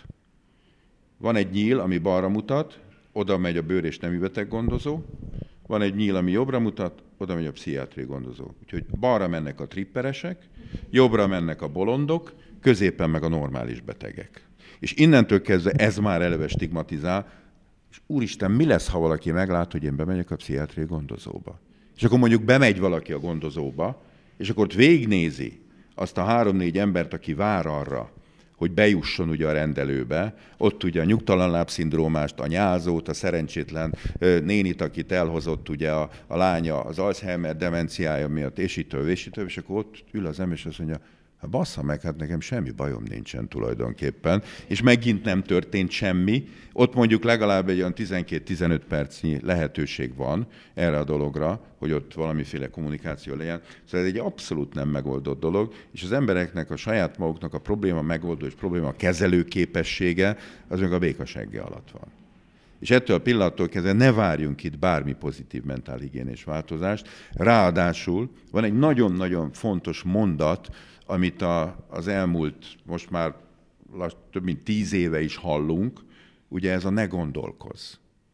Van egy nyíl, ami balra mutat, oda megy a bőr- és neműbeteg gondozó, van egy nyíl, ami jobbra mutat, oda megy a pszichiátriai gondozó. Úgyhogy balra mennek a tripperesek, jobbra mennek a bolondok, középen meg a normális betegek. És innentől kezdve ez már eleve stigmatizál, és úristen, mi lesz, ha valaki meglát, hogy én bemegyek a pszichiátriai gondozóba? És akkor mondjuk bemegy valaki a gondozóba, és akkor ott végignézi azt a három-négy embert, aki vár arra, hogy bejusson ugye a rendelőbe, ott ugye a nyugtalan lábszindrómást, a nyálzót, a szerencsétlen nénit, akit elhozott ugye a, a lánya az Alzheimer demenciája miatt, és így tovább, és így tovább, és akkor ott ül az ember, és azt mondja, hát bassza meg, hát nekem semmi bajom nincsen tulajdonképpen, és megint nem történt semmi. Ott mondjuk legalább egy olyan tizenkét-tizenöt percnyi lehetőség van erre a dologra, hogy ott valamiféle kommunikáció legyen. Szóval ez egy abszolút nem megoldott dolog, és az embereknek a saját maguknak a probléma megoldó és probléma kezelő képessége az meg a békasegge alatt van. És ettől a pillanattól kezdve ne várjunk itt bármi pozitív mentálhigiénés változást. Ráadásul van egy nagyon-nagyon fontos mondat, amit a, az elmúlt, most már lass, több mint tíz éve is hallunk, ugye ez a ne gondolkozz.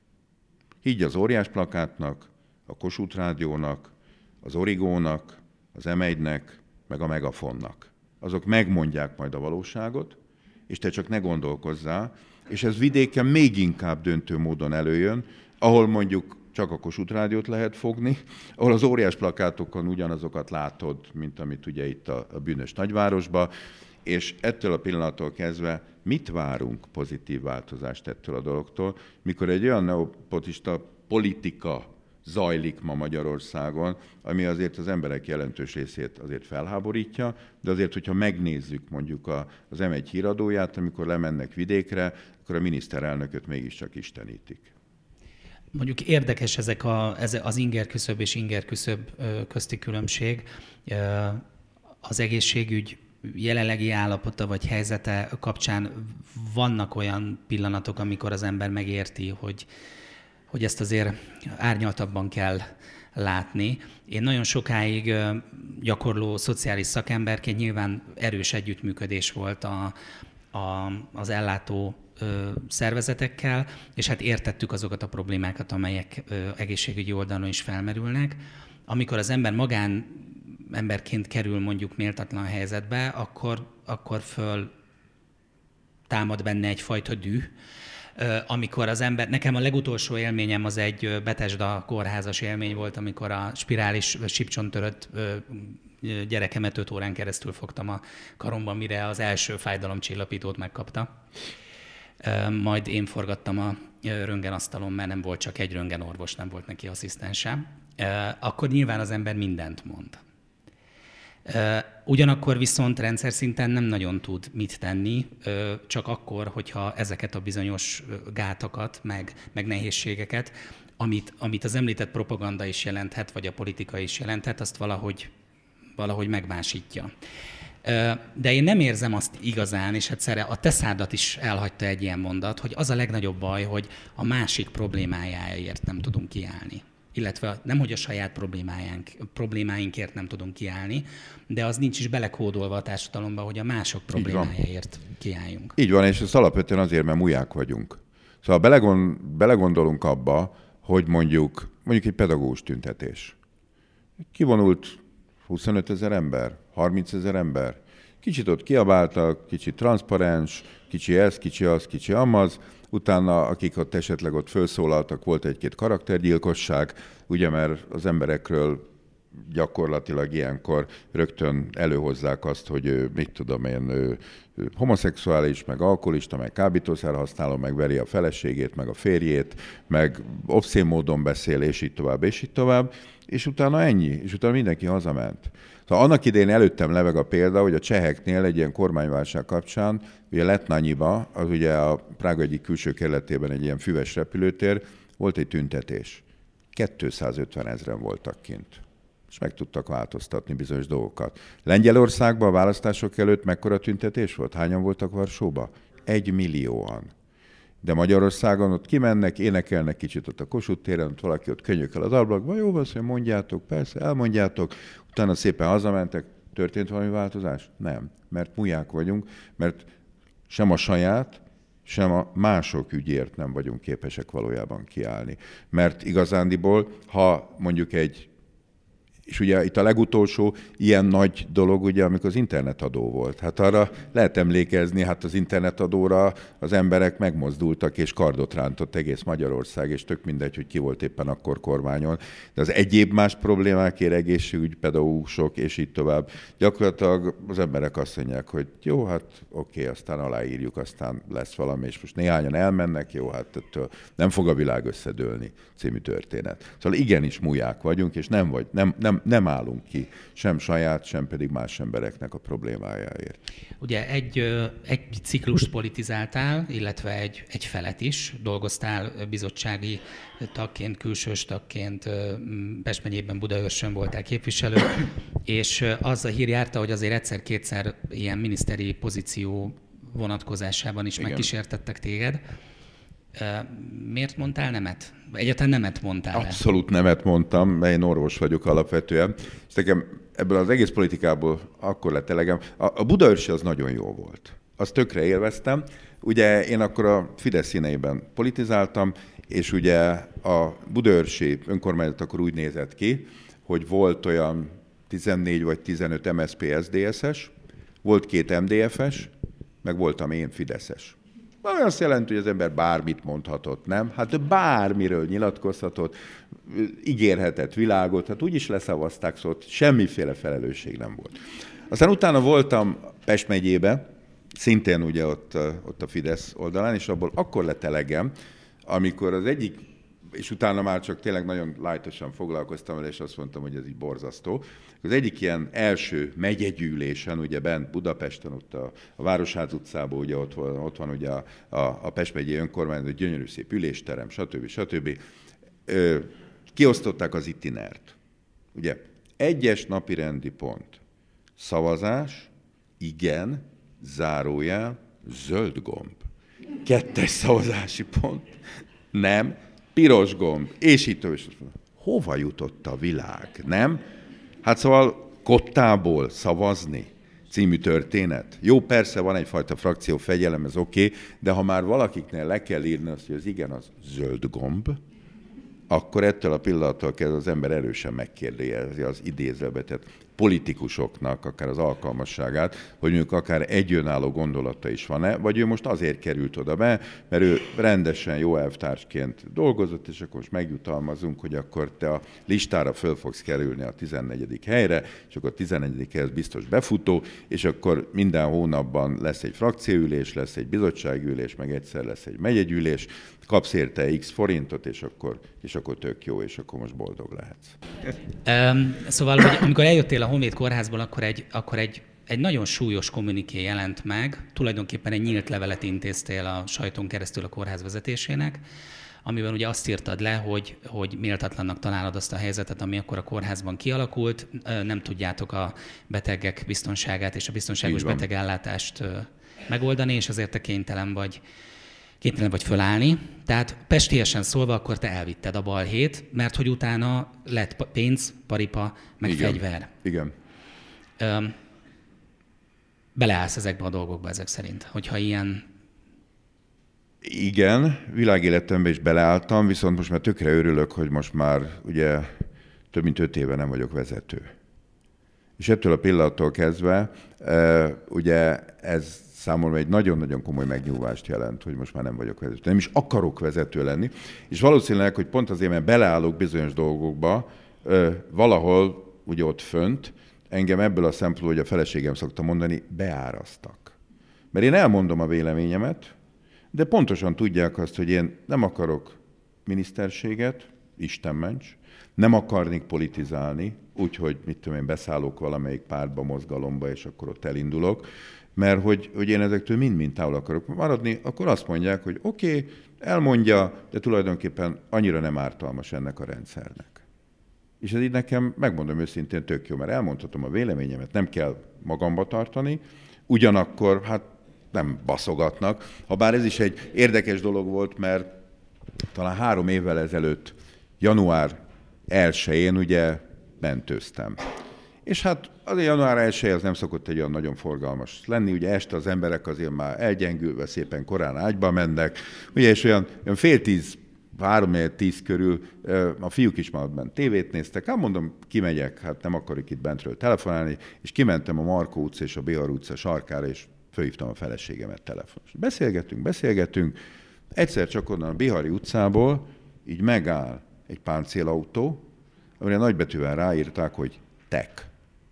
Higgy az óriás plakátnak, a Kossuth Rádiónak, az Origónak, az em egynek, meg a Megafonnak. Azok megmondják majd a valóságot, és te csak ne gondolkozzál, és ez vidéken még inkább döntő módon előjön, ahol mondjuk csak a Kossuth Rádiót lehet fogni, ahol az óriás plakátokon ugyanazokat látod, mint amit ugye itt a, a bűnös nagyvárosban, és ettől a pillanattól kezdve mit várunk pozitív változást ettől a dologtól, mikor egy olyan neopotista politika zajlik ma Magyarországon, ami azért az emberek jelentős részét azért felháborítja, de azért, hogyha megnézzük mondjuk a, az em egy híradóját, amikor lemennek vidékre, akkor a miniszterelnököt mégiscsak istenítik. Mondjuk érdekes ezek a, ez az ingerküszöb és ingerküszöb közti különbség. Az egészségügy jelenlegi állapota vagy helyzete kapcsán vannak olyan pillanatok, amikor az ember megérti, hogy, hogy ezt azért árnyaltabban kell látni. Én nagyon sokáig gyakorló szociális szakemberként nyilván erős együttműködés volt a, a, az ellátó szervezetekkel, és hát értettük azokat a problémákat, amelyek egészségügyi oldalon is felmerülnek. Amikor az ember magán emberként kerül mondjuk méltatlan helyzetbe, akkor, akkor föl támad benne egyfajta düh, amikor az ember, nekem a legutolsó élményem az egy Betesda kórházas élmény volt, amikor a spirális sípcsontörött gyerekemet öt órán keresztül fogtam a karomban, mire az első fájdalomcsillapítót megkapta. Majd én forgattam a röntgenasztalon, mert nem volt csak egy röntgenorvos, nem volt neki asszisztensem. Akkor nyilván az ember mindent mond. Ugyanakkor viszont rendszer szinten nem nagyon tud mit tenni, csak akkor, hogyha ezeket a bizonyos gátakat, meg, meg nehézségeket, amit, amit az említett propaganda is jelenthet, vagy a politika is jelenthet, azt valahogy, valahogy megmásítja. De én nem érzem azt igazán, és egyszerre a te szádat is elhagyta egy ilyen mondat, hogy az a legnagyobb baj, hogy a másik problémájáért nem tudunk kiállni. Illetve nem, hogy a saját problémáink, problémáinkért nem tudunk kiállni, de az nincs is belekódolva a társadalomba, hogy a mások problémájáért kiálljunk. Így van, és ez alapvetően azért, mert muják vagyunk. Szóval belegond, belegondolunk abba, hogy mondjuk, mondjuk egy pedagógus tüntetés. Kivonult huszonöt ezer ember, harminc ezer ember. Kicsit ott kiabáltak, kicsit transzparens, kicsi ez, kicsi az, kicsi amaz. Utána, akik ott esetleg ott felszólaltak, volt egy-két karaktergyilkosság, ugye, mert az emberekről gyakorlatilag ilyenkor rögtön előhozzák azt, hogy mit tudom én, homoszexuális, meg alkoholista, meg kábítószer használó, meg veri a feleségét, meg a férjét, meg obszén módon beszél, és így tovább, és így tovább, és utána ennyi, és utána mindenki hazament. Szóval annak idején előttem leveg a példa, hogy a cseheknél egy ilyen kormányválság kapcsán, ugye Letnanyiba, az ugye a Prága egyik külső kerületében egy ilyen füves repülőtér, volt egy tüntetés. kétszázötven ezren voltak kint, és meg tudtak változtatni bizonyos dolgokat. Lengyelországban a választások előtt mekkora tüntetés volt? Hányan voltak Varsóban? Egy millióan. De Magyarországon ott kimennek, énekelnek kicsit ott a Kossuth téren, ott valaki ott könyököl az ablakban, jó, azt mondja, mondjátok, persze, elmondjátok, utána szépen hazamentek. Történt valami változás? Nem, mert muják vagyunk, mert sem a saját, sem a mások ügyért nem vagyunk képesek valójában kiállni. Mert igazándiból, ha mondjuk egy, és ugye itt a legutolsó ilyen nagy dolog, ugye, amikor az internetadó volt. Hát arra lehet emlékezni, hát az internetadóra az emberek megmozdultak, és kardot rántott egész Magyarország, és tök mindegy, hogy ki volt éppen akkor kormányon. De az egyéb más problémákért, egészségügy, pedagógusok, és így tovább. Gyakorlatilag az emberek azt mondják, hogy jó, hát oké, aztán aláírjuk, aztán lesz valami, és most néhányan elmennek, jó, hát ettől nem fog a világ összedőlni, című történet. Szóval igenis muják vagyunk, és nem vagy, nem, nem Nem, nem állunk ki, sem saját, sem pedig más embereknek a problémájáért. Ugye egy, egy ciklust politizáltál, illetve egy, egy felet is. Dolgoztál bizottsági tagként, külsős tagként, Pest megyében, Budaörsön voltál képviselő, és az a hír járta, hogy azért egyszer-kétszer ilyen miniszteri pozíció vonatkozásában is igen, megkísértettek téged. Miért mondtál nemet? Egyáltalán nemet mondtál? Abszolút nemet mondtam, mert én orvos vagyok alapvetően. És nekem ebből az egész politikából akkor lett elegem. A, a Budaörsi az nagyon jó volt. Azt tökre élveztem. Ugye én akkor a Fidesz színeiben politizáltam, és ugye a Budaörsi önkormányzat akkor úgy nézett ki, hogy volt olyan tizennégy vagy tizenöt em es zé pé es zé dé es-es, volt két em dé ef-es, meg voltam én fideszes. Ami azt jelenti, hogy az ember bármit mondhatott, nem? Hát bármiről nyilatkozhatott, ígérhetett világot, hát úgy is leszavazták, szóval semmiféle felelősség nem volt. Aztán utána voltam Pest megyébe, szintén ugye ott, ott a Fidesz oldalán, és abból akkor lett elegem, amikor az egyik, és utána már csak tényleg nagyon lájtosan foglalkoztam vele, és azt mondtam, hogy ez így borzasztó. Az egyik ilyen első megyegyűlésen, ugye bent Budapesten, ott a, a Városház utcában, ugye ott van, ott van ugye a, a, a Pest megyei önkormányzat, gyönyörű szép ülésterem, stb. stb. Ö, kiosztották az itinert. Ugye egyes napi rendi pont, szavazás, igen, zárójel, zöld gomb. Kettes szavazási pont, nem, piros gomb, és így tovább. Hova jutott a világ, nem? Hát szóval kottából szavazni című történet. Jó, persze van egyfajta frakció fegyelem, ez oké, okay, de ha már valakiknél le kell írni azt, hogy az igen, az zöld gomb, akkor ettől a pillanattól kezdve az ember erősen megkérdőjelezi az idézőbe tett politikusoknak akár az alkalmasságát, hogy mondjuk akár egy önálló gondolata is van-e, vagy ő most azért került oda be, mert ő rendesen jó elvtársként dolgozott, és akkor most megjutalmazunk, hogy akkor te a listára föl fogsz kerülni a tizennegyedik helyre, és akkor a tizennegyedik helyhez biztos befutó, és akkor minden hónapban lesz egy frakcióülés, lesz egy bizottságülés, meg egyszer lesz egy megyegyűlés, kapsz érte x forintot, és akkor, és akkor tök jó, és akkor most boldog lehetsz. Um, szóval, hogy amikor eljöttél a Honvéd kórházból, akkor egy, akkor egy, egy nagyon súlyos kommuniké jelent meg, tulajdonképpen egy nyílt levelet intéztél a sajton keresztül a kórház vezetésének, amiben ugye azt írtad le, hogy, hogy méltatlannak találod azt a helyzetet, ami akkor a kórházban kialakult, nem tudjátok a betegek biztonságát és a biztonságos betegellátást megoldani, és azért te kénytelen vagy kénytelen vagy fölállni. Tehát pestiesen szólva, akkor te elvitted a balhét, mert hogy utána lett pénz, paripa, meg igen, fegyver. Igen. Öm, beleállsz ezekbe a dolgokba ezek szerint, hogyha ilyen... Igen, világéletemben is beleálltam, viszont most már tökre örülök, hogy most már ugye több mint öt éve nem vagyok vezető. És ettől a pillanattól kezdve ugye ez számomra egy nagyon-nagyon komoly megnyugvást jelent, hogy most már nem vagyok vezető. Nem is akarok vezető lenni, és valószínűleg, hogy pont azért, mert beleállok bizonyos dolgokba, valahol ugye ott fönt, engem ebből a szempontból, hogy a feleségem szokta mondani, beárasztak. Mert én elmondom a véleményemet, de pontosan tudják azt, hogy én nem akarok miniszterséget, Isten ments, nem akarnék politizálni, úgyhogy mit tudom én, beszállok valamelyik pártba, mozgalomba, és akkor ott elindulok, mert hogy, hogy én ezektől mind-mind távol akarok maradni, akkor azt mondják, hogy oké, okay, elmondja, de tulajdonképpen annyira nem ártalmas ennek a rendszernek. És ez így nekem, megmondom őszintén, tök jó, mert elmondhatom a véleményemet, nem kell magamba tartani, ugyanakkor hát nem baszogatnak. Habár ez is egy érdekes dolog volt, mert talán három évvel ezelőtt, január elsején ugye mentőztem. És hát azért január elsején az nem szokott egy olyan nagyon forgalmas lenni, ugye este az emberek azért már elgyengülve szépen korán ágyba mennek, ugye és olyan, olyan fél tíz, három tíz körül a fiúk is már bent tévét néztek, hát mondom, kimegyek, hát nem akarok itt bentről telefonálni, és kimentem a Markó utca és a Bihar utca sarkára, és fölhívtam a feleségemet telefonon. Beszélgetünk, beszélgetünk, egyszer csak onnan a Bihari utcából így megáll egy páncélautó, amire nagybetűvel ráírták, hogy tek.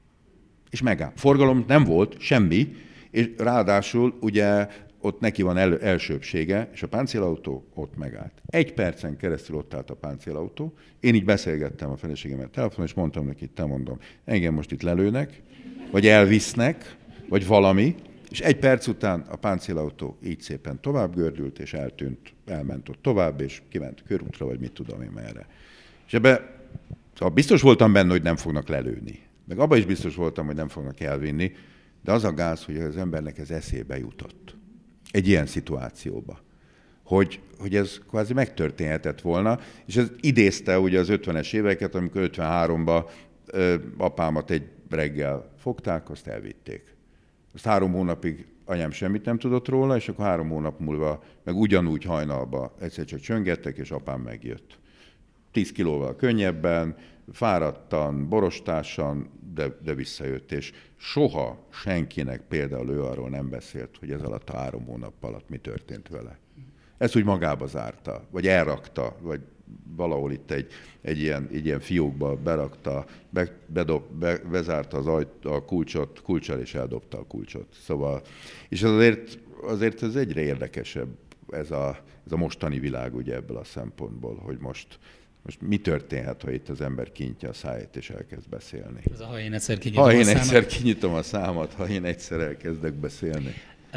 És megáll. Forgalom nem volt, semmi, és ráadásul ugye ott neki van el, elsőbsége, és a páncélautó ott megállt. Egy percen keresztül ott állt a páncélautó, én így beszélgettem a feleségemet telefonon, és mondtam neki, te mondom, engem most itt lelőnek, vagy elvisznek, vagy valami, és egy perc után a páncélautó így szépen tovább gördült, és eltűnt, elment ott tovább, és kiment körútra, vagy mit tudom én merre. És ebbe, szóval biztos voltam benne, hogy nem fognak lelőni. Meg abban is biztos voltam, hogy nem fognak elvinni, de az a gáz, hogy az embernek ez eszébe jutott. Egy ilyen szituációba. Hogy, hogy ez kvázi megtörténhetett volna, és ez idézte ugye az ötvenes éveket, amikor ötvenháromban ö, apámat egy reggel fogták, azt elvitték. Azt három hónapig anyám semmit nem tudott róla, és akkor három hónap múlva, meg ugyanúgy hajnalba egyszer csak csöngettek, és apám megjött. Tíz kilóval könnyebben, fáradtan, borostásan, de, de visszajött, és soha senkinek például ő arról nem beszélt, hogy ez alatt a három hónap alatt mi történt vele. Ezt úgy magába zárta, vagy elrakta, vagy valahol itt egy, egy, ilyen, egy ilyen fiókba berakta, be, bedob, be, bezárta az ajt, a kulcsot, kulccsal és eldobta a kulcsot. Szóval, és azért, azért ez egyre érdekesebb ez a, ez a mostani világ ugye ebből a szempontból, hogy most Most mi történhet, ha itt az ember kinyitja a száját és elkezd beszélni? Ez a, ha én egyszer kinyitom ha a én számat. egyszer kinyitom a számat, ha én egyszer elkezdek beszélni.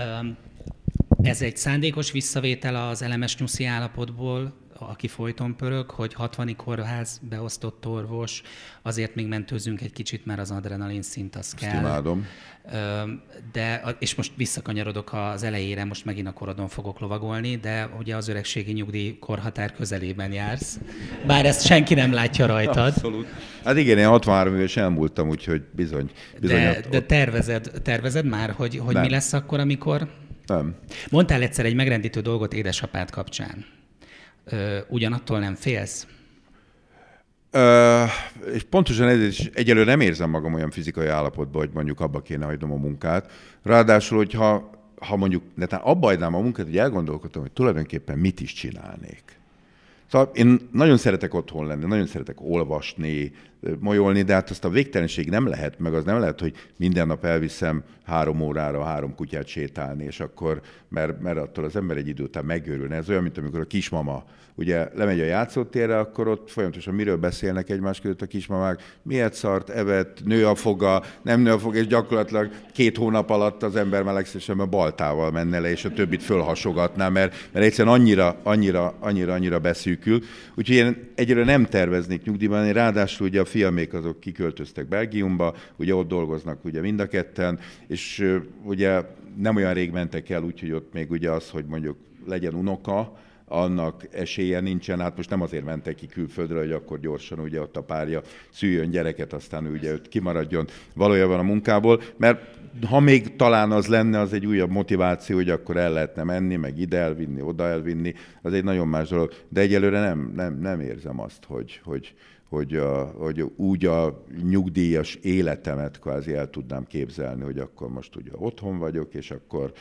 Ez egy szándékos visszavétel az elemes nyuszi állapotból, aki folyton pörög, hogy hatvani kórház, beosztott orvos, azért még mentőzünk egy kicsit, mert az adrenalin szint az kell. Azt imádom. De, és most visszakanyarodok az elejére, most megint a korodon fogok lovagolni, de ugye az öregségi nyugdíj korhatár közelében jársz. Bár ezt senki nem látja rajtad. Abszolút. Hát igen, én hatvanhárom éves elmúltam, úgyhogy bizony. bizony de ott, de ott... tervezed, tervezed már, hogy, hogy mi lesz akkor, amikor... Nem. Mondtál egyszer egy megrendítő dolgot édesapád kapcsán. Ö, ugyanattól nem félsz? Ö, és pontosan ezért is egyelőre nem érzem magam olyan fizikai állapotban, hogy mondjuk abba kéne hagynom a munkát. Ráadásul, hogyha ha mondjuk netán abba hagynám a munkát, hogy elgondolkodtam, hogy tulajdonképpen mit is csinálnék. Szóval én nagyon szeretek otthon lenni, nagyon szeretek olvasni, molyolni, de hát azt a végtelenség nem lehet, meg az nem lehet, hogy minden nap elviszem három órára három kutyát sétálni, és akkor, mert, mert attól az ember egy idő után megőrülne. Ez olyan, mint amikor a kismama ugye lemegy a játszótérre, akkor ott folyamatosan miről beszélnek egymás között a kismamák, miért szart, evet, nő a foga, nem nő a foga, és gyakorlatilag két hónap alatt az ember már legszívesebben a baltával menne le, és a többit fölhasogatná, mert, mert egyszerűen annyira, annyira, annyira, annyira beszűkül. Úgyhogy én egyre nem terveznék nyugdíjban, én ráadásul ugye a fiamék azok kiköltöztek Belgiumba, ugye ott dolgoznak ugye mind a ketten, és uh, ugye nem olyan rég mentek el, úgyhogy ott még ugye az, hogy mondjuk legyen unoka, annak esélye nincsen, hát most nem azért mentek ki külföldre, hogy akkor gyorsan ugye ott a párja szüljön gyereket, aztán ugye őt kimaradjon valójában a munkából, mert ha még talán az lenne, az egy újabb motiváció, hogy akkor el lehetne menni, meg ide elvinni, oda elvinni, az egy nagyon más dolog, de egyelőre nem, nem, nem érzem azt, hogy, hogy, hogy, a, hogy úgy a nyugdíjas életemet kvázi el tudnám képzelni, hogy akkor most ugye otthon vagyok, és akkor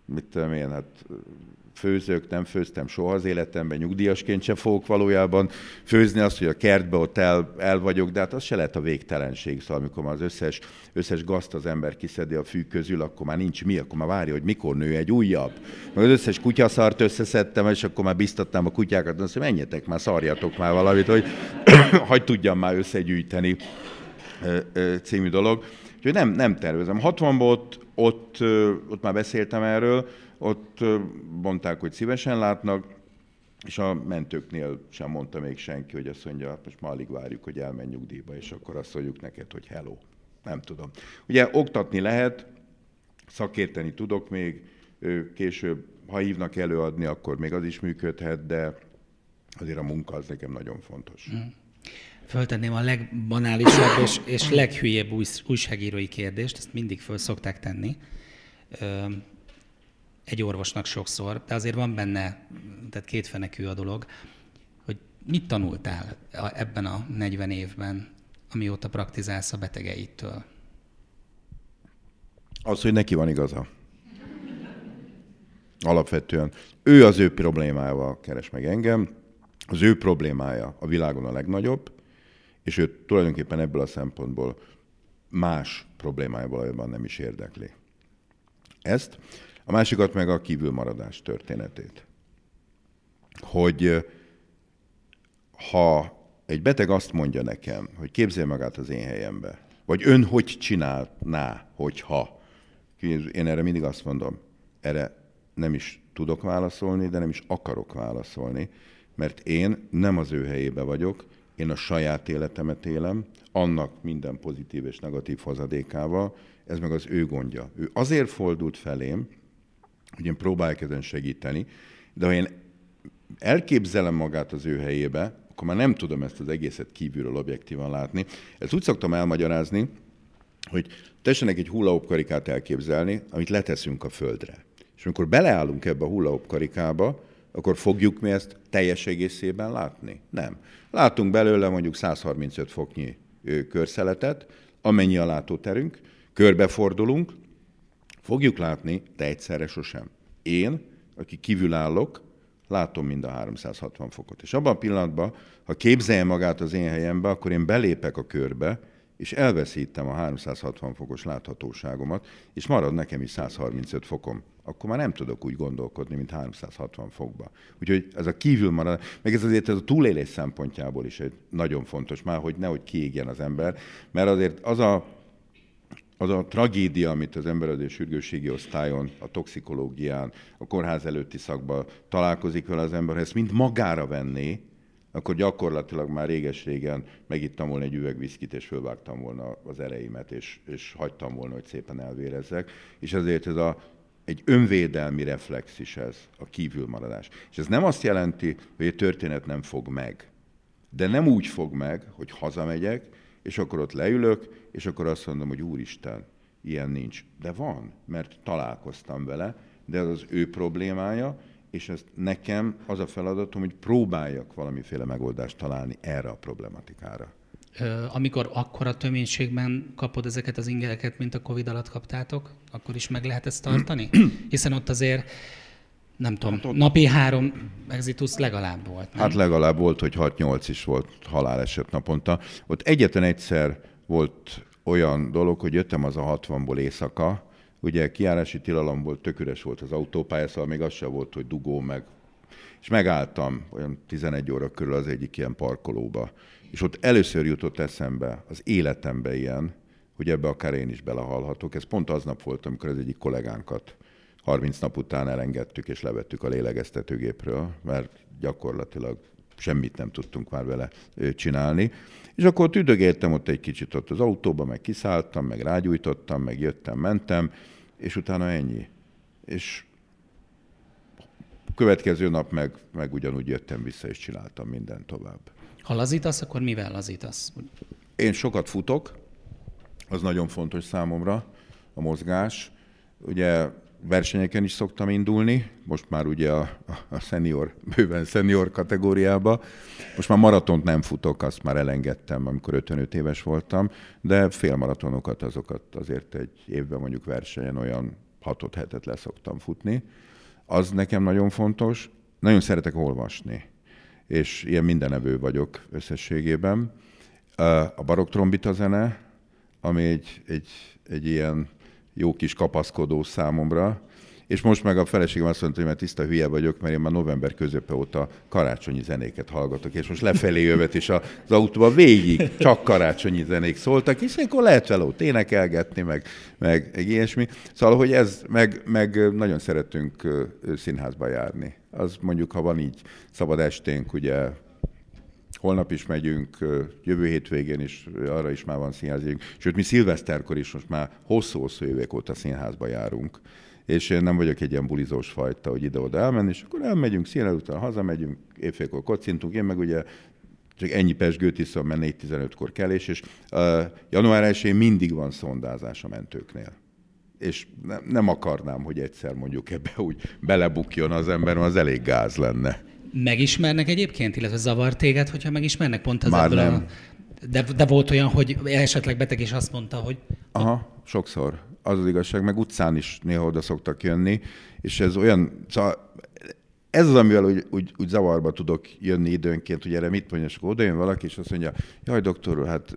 mit tudom én, hát főzök, nem főztem soha az életemben, nyugdíjasként sem fogok valójában főzni azt, hogy a kertbe ott el, el vagyok, de hát az se lehet a végtelenség. Szóval amikor már az összes, összes gazt az ember kiszedi a fű közül, akkor már nincs mi, akkor már várja, hogy mikor nő egy újabb. Meg az összes kutyaszart összeszedtem, és akkor már biztattam a kutyákat, azt mondom, menjetek már, szarjatok már valamit, hogy hagy tudjam már összegyűjteni című dolog. Úgyhogy nem, nem tervezem. hatvanban ott, ott, ott már beszéltem erről, ott mondták, hogy szívesen látnak, és a mentőknél sem mondta még senki, hogy azt mondja, most már alig várjuk, hogy elmenj nyugdíjba, és akkor azt mondjuk neked, hogy hello. Nem tudom. Ugye oktatni lehet, szakérteni tudok még, később, ha hívnak előadni, akkor még az is működhet, de azért a munka az nekem nagyon fontos. Mm. Föltenném a legbanálisabb és, és leghülyebb új, újságírói kérdést, ezt mindig föl szokták tenni. Egy orvosnak sokszor, de azért van benne, tehát kétfenekű a dolog, hogy mit tanultál ebben a negyven évben, amióta praktizálsz a betegeitől? Az, hogy neki van igaza. Alapvetően. Ő az ő problémájával keres meg engem, az ő problémája a világon a legnagyobb, és ő tulajdonképpen ebből a szempontból más problémája valójában nem is érdekli. Ezt. A másikat meg a kívülmaradás történetét. Hogy ha egy beteg azt mondja nekem, hogy képzelj magát az én helyembe, vagy ön hogy csinálná, hogyha, én erre mindig azt mondom, erre nem is tudok válaszolni, de nem is akarok válaszolni, mert én nem az ő helyébe vagyok, én a saját életemet élem, annak minden pozitív és negatív hozadékával, ez meg az ő gondja. Ő azért fordult felém, hogy én próbálják ezen segíteni, de ha én elképzelem magát az ő helyébe, akkor már nem tudom ezt az egészet kívülről objektívan látni. Ezt úgy szoktam elmagyarázni, hogy tessenek egy hula-hoop karikát elképzelni, amit leteszünk a földre. És amikor beleállunk ebbe a hula-hoop karikába, akkor fogjuk mi ezt teljes egészében látni? Nem. Látunk belőle mondjuk száz harmincöt foknyi körszeletet, amennyi a látóterünk, körbefordulunk, fogjuk látni, de egyszerre sosem. Én, aki kívül állok, látom mind a háromszázhatvan fokot. És abban a pillanatban, ha képzelje magát az én helyembe, akkor én belépek a körbe, és elveszítem a háromszázhatvan fokos láthatóságomat, és marad nekem is száz harmincöt fokom. Akkor már nem tudok úgy gondolkodni, mint háromszázhatvan fokba. Úgyhogy ez a kívül marad, meg ez azért ez a túlélés szempontjából is egy nagyon fontos, már hogy nehogy kiégjen az ember, mert azért az a, az a tragédia, amit az emberölő sürgősségi osztályon, a toxikológián, a kórház előtti szakban találkozik vele az ember, ha ezt mind magára venné, akkor gyakorlatilag már réges-régen megittam volna egy üveg viszkit, és fölvágtam volna az ereimet, és, és hagytam volna, hogy szépen elvérezzek. És ezért ez a, egy önvédelmi reflex is ez, a kívülmaradás. És ez nem azt jelenti, hogy egy történet nem fog meg. De nem úgy fog meg, hogy hazamegyek, és akkor ott leülök, és akkor azt mondom, hogy úristen, ilyen nincs. De van, mert találkoztam vele, de ez az ő problémája, és ez nekem az a feladatom, hogy próbáljak valamiféle megoldást találni erre a problematikára. Amikor akkora töménységben kapod ezeket az ingereket, mint a Covid alatt kaptátok, akkor is meg lehet ezt tartani? Hiszen ott azért, nem tudom, hát ott... napi három exitus legalább volt. Nem? Hát legalább volt, hogy hat-nyolc is volt haláleset naponta. Ott egyetlen egyszer volt olyan dolog, hogy jöttem az a hatvanból éjszaka, ugye kijárási tilalom volt, tök üres volt az autópálya, szóval még az sem volt, hogy dugó meg. És megálltam olyan tizenegy óra körül az egyik ilyen parkolóba. És ott először jutott eszembe, az életembe ilyen, hogy ebbe akár én is belehalhatok. Ez pont aznap volt, amikor az egyik kollégánkat harminc nap után elengedtük és levettük a lélegeztetőgépről, mert gyakorlatilag semmit nem tudtunk már vele csinálni. És akkor ott üdögéltem ott egy kicsit ott az autóba, meg kiszálltam, meg rágyújtottam, meg jöttem, mentem, és utána ennyi. És következő nap meg, meg ugyanúgy jöttem vissza, és csináltam mindent tovább. Ha lazítasz, akkor mivel lazítasz? Én sokat futok, az nagyon fontos számomra, a mozgás. Ugye versenyeken is szoktam indulni, most már ugye a, a senior, bőven senior kategóriába. Most már maratont nem futok, azt már elengedtem, amikor ötvenöt éves voltam, de félmaratonokat, azokat azért egy évben mondjuk versenyen olyan hatot hetet leszoktam futni. Az nekem nagyon fontos. Nagyon szeretek olvasni, és ilyen mindenevő vagyok összességében. A barokk trombita zene, ami egy, egy, egy ilyen jó kis kapaszkodó számomra, és most meg a feleségem azt mondta, hogy már tiszta hülye vagyok, mert én már november közepe óta karácsonyi zenéket hallgatok, és most lefelé jövet, és az autóban végig csak karácsonyi zenék szóltak, és akkor lehet vele ott énekelgetni, meg, meg egy ilyesmi. Szóval, hogy ez, meg, meg nagyon szeretünk színházba járni. Az mondjuk, ha van így szabad esténk, ugye holnap is megyünk, jövő hétvégén is, arra is már van színházjegyünk. Sőt, mi szilveszterkor is most már hosszú-hosszú évek óta színházba járunk. És én nem vagyok egy ilyen bulizós fajta, hogy ide-oda elmenni, és akkor elmegyünk, színház után hazamegyünk, évfélkor kocintunk, én meg ugye csak ennyi pesgőt iszom, mert négy tizenötkor kelés, és uh, január elsején mindig van szondázás a mentőknél. És ne, nem akarnám, hogy egyszer mondjuk ebbe úgy belebukjon az ember, mert az elég gáz lenne. Megismernek egyébként, illetve zavar téged, hogyha megismernek pont az Már ebből nem. A... De, de volt olyan, hogy esetleg beteg is azt mondta, hogy... Aha, sokszor. Az az igazság, meg utcán is néha oda szoktak jönni, és ez olyan... Szóval ez az, amivel úgy, úgy, úgy zavarba tudok jönni időnként, hogy erre mit mondja, és akkor oda jön valaki, és azt mondja, jaj, doktor úr, hát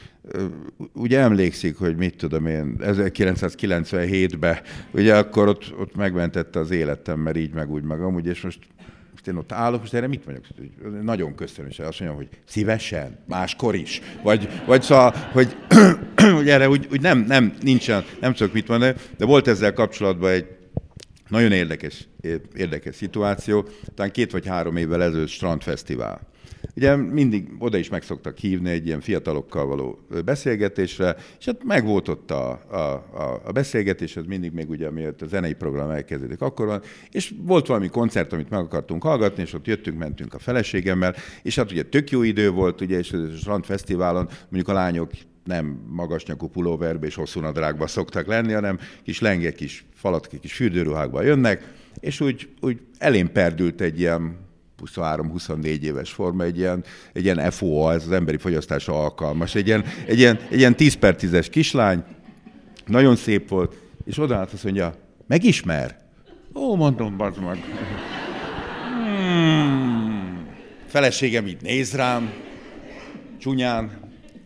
ugye emlékszik, hogy mit tudom én, ezerkilencszázkilencvenhétben, ugye akkor ott, ott megmentette az életem, mert így meg úgy meg amúgy, és most most én ott állok, most erre mit mondjak? Nagyon köszönöm, és azt mondjam, hogy szívesen, máskor is. Vagy, vagy szóval, hogy, hogy erre úgy, úgy nem, nem, nincsen, nem tudok mit mondani, de volt ezzel kapcsolatban egy nagyon érdekes, érdekes szituáció, talán két vagy három évvel ezelőtt strandfesztivál. Ugye mindig oda is meg szoktak hívni egy ilyen fiatalokkal való beszélgetésre, és hát meg volt ott a, a, a beszélgetés, ez mindig még ugye, miért a zenei program elkezdődik, akkor van, és volt valami koncert, amit meg akartunk hallgatni, és ott jöttünk, mentünk a feleségemmel, és hát ugye tök jó idő volt, ugye, és a strandfesztiválon mondjuk a lányok nem magasnyakú pulóverbe és hosszú nadrágba szoktak lenni, hanem kis lenge, kis falatki, kis fürdőruhákban jönnek, és úgy, úgy elém perdült egy ilyen huszonhárom-huszonnégy éves forma, egy ilyen, egy ilyen ef o á, ez az emberi fogyasztásra alkalmas, egy ilyen, egy ilyen, egy ilyen tíz per tízes kislány, nagyon szép volt, és odaállt azt mondja, megismer? Ó, mondom, bazd meg. Hmm. Feleségem így néz rám, csúnyán,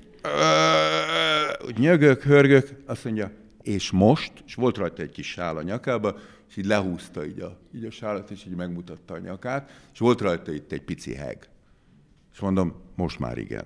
úgy nyögök, hörgök, azt mondja, és most, és volt rajta egy kis sál a nyakába, és így lehúzta így a, így a sálat, és így megmutatta a nyakát, és volt rajta itt egy pici heg. És mondom, most már igen.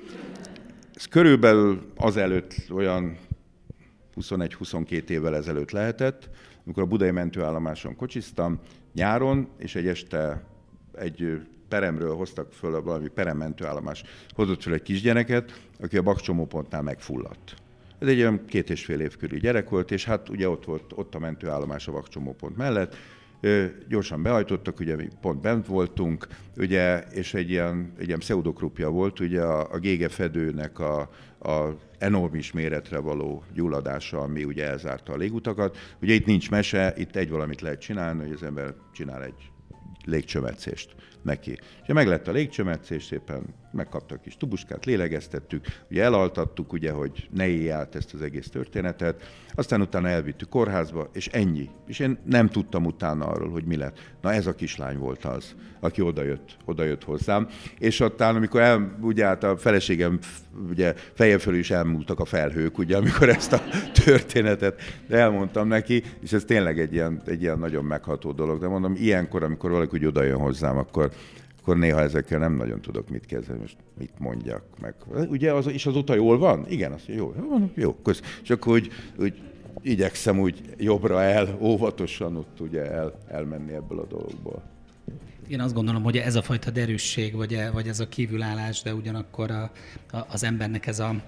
Ez körülbelül azelőtt olyan huszonegy-huszonkét évvel ezelőtt lehetett, amikor a budai mentőállomáson kocsiztam nyáron, és egy este egy peremről hoztak föl, valami peremmentőállomás hozott föl egy kisgyereket, aki a bakcsomópontnál megfulladt. Ez egy olyan két és fél év körüli gyerek volt, és hát ugye ott volt ott a mentőállomás a bakcsomópont mellett. Ö, gyorsan behajtottak, ugye mi pont bent voltunk, ugye, és egy ilyen, egy ilyen pseudokrupja volt, ugye a, a gégefedőnek a, a enormis méretre való gyulladása, ami ugye elzárta a légutakat. Ugye itt nincs mese, itt egy valamit lehet csinálni, hogy az ember csinál egy légcsömetszést neki. És meg lett a légcsömetszés, szépen megkapta a kis tubuskát, lélegeztettük, ugye elaltattuk, ugye, hogy ne élj át ezt az egész történetet, aztán utána elvittük kórházba, és ennyi. És én nem tudtam utána arról, hogy mi lett. Na ez a kislány volt az, aki odajött, odajött hozzám. És aztán, amikor el, ugye hát a feleségem ugye feje fölül is elmúltak a felhők, ugye, amikor ezt a történetet elmondtam neki, és ez tényleg egy ilyen, egy ilyen nagyon megható dolog. De mondom, ilyenkor, amikor valaki úgy odajön hozzám, akkor akkor néha ezekkel nem nagyon tudok mit kezdeni, most mit mondjak meg. Ugye, az, és azóta jól van? Igen, azt mondja, jó, jó, jó, kösz. És akkor úgy, úgy igyekszem úgy jobbra el, óvatosan ott ugye el, elmenni ebből a dologból. Én azt gondolom, hogy ez a fajta derűsség, vagy, vagy ez a kívülállás, de ugyanakkor a, a, az embernek ez a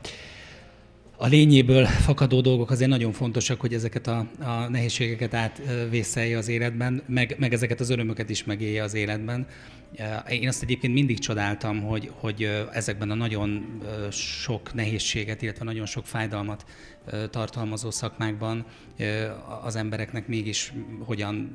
A lényéből fakadó dolgok azért nagyon fontosak, hogy ezeket a, a nehézségeket átvészelje az életben, meg, meg ezeket az örömöket is megélje az életben. Én azt egyébként mindig csodáltam, hogy, hogy ezekben a nagyon sok nehézséget, illetve nagyon sok fájdalmat tartalmazó szakmákban az embereknek mégis hogyan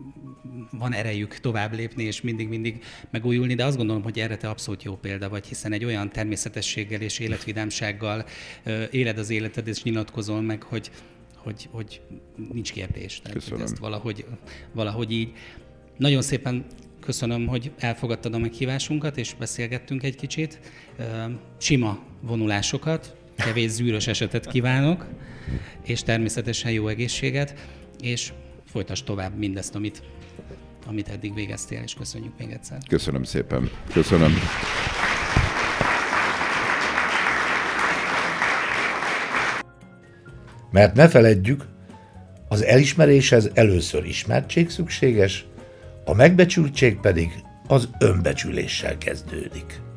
van erejük tovább lépni, és mindig-mindig megújulni, de azt gondolom, hogy erre te abszolút jó példa vagy, hiszen egy olyan természetességgel és életvidámsággal éled az életed, és nyilatkozol meg, hogy, hogy, hogy nincs kérdés. Tehát, Köszönöm. hogy ezt valahogy, valahogy így. Nagyon szépen köszönöm, hogy elfogadtad a meghívásunkat, és beszélgettünk egy kicsit. Sima vonulásokat, kevés zűrös esetet kívánok, és természetesen jó egészséget, és folytasd tovább mindezt, amit, amit eddig végeztél, és köszönjük még egyszer. Köszönöm szépen. Köszönöm. Mert ne feledjük, az elismeréshez először ismertség szükséges, a megbecsültség pedig az önbecsüléssel kezdődik.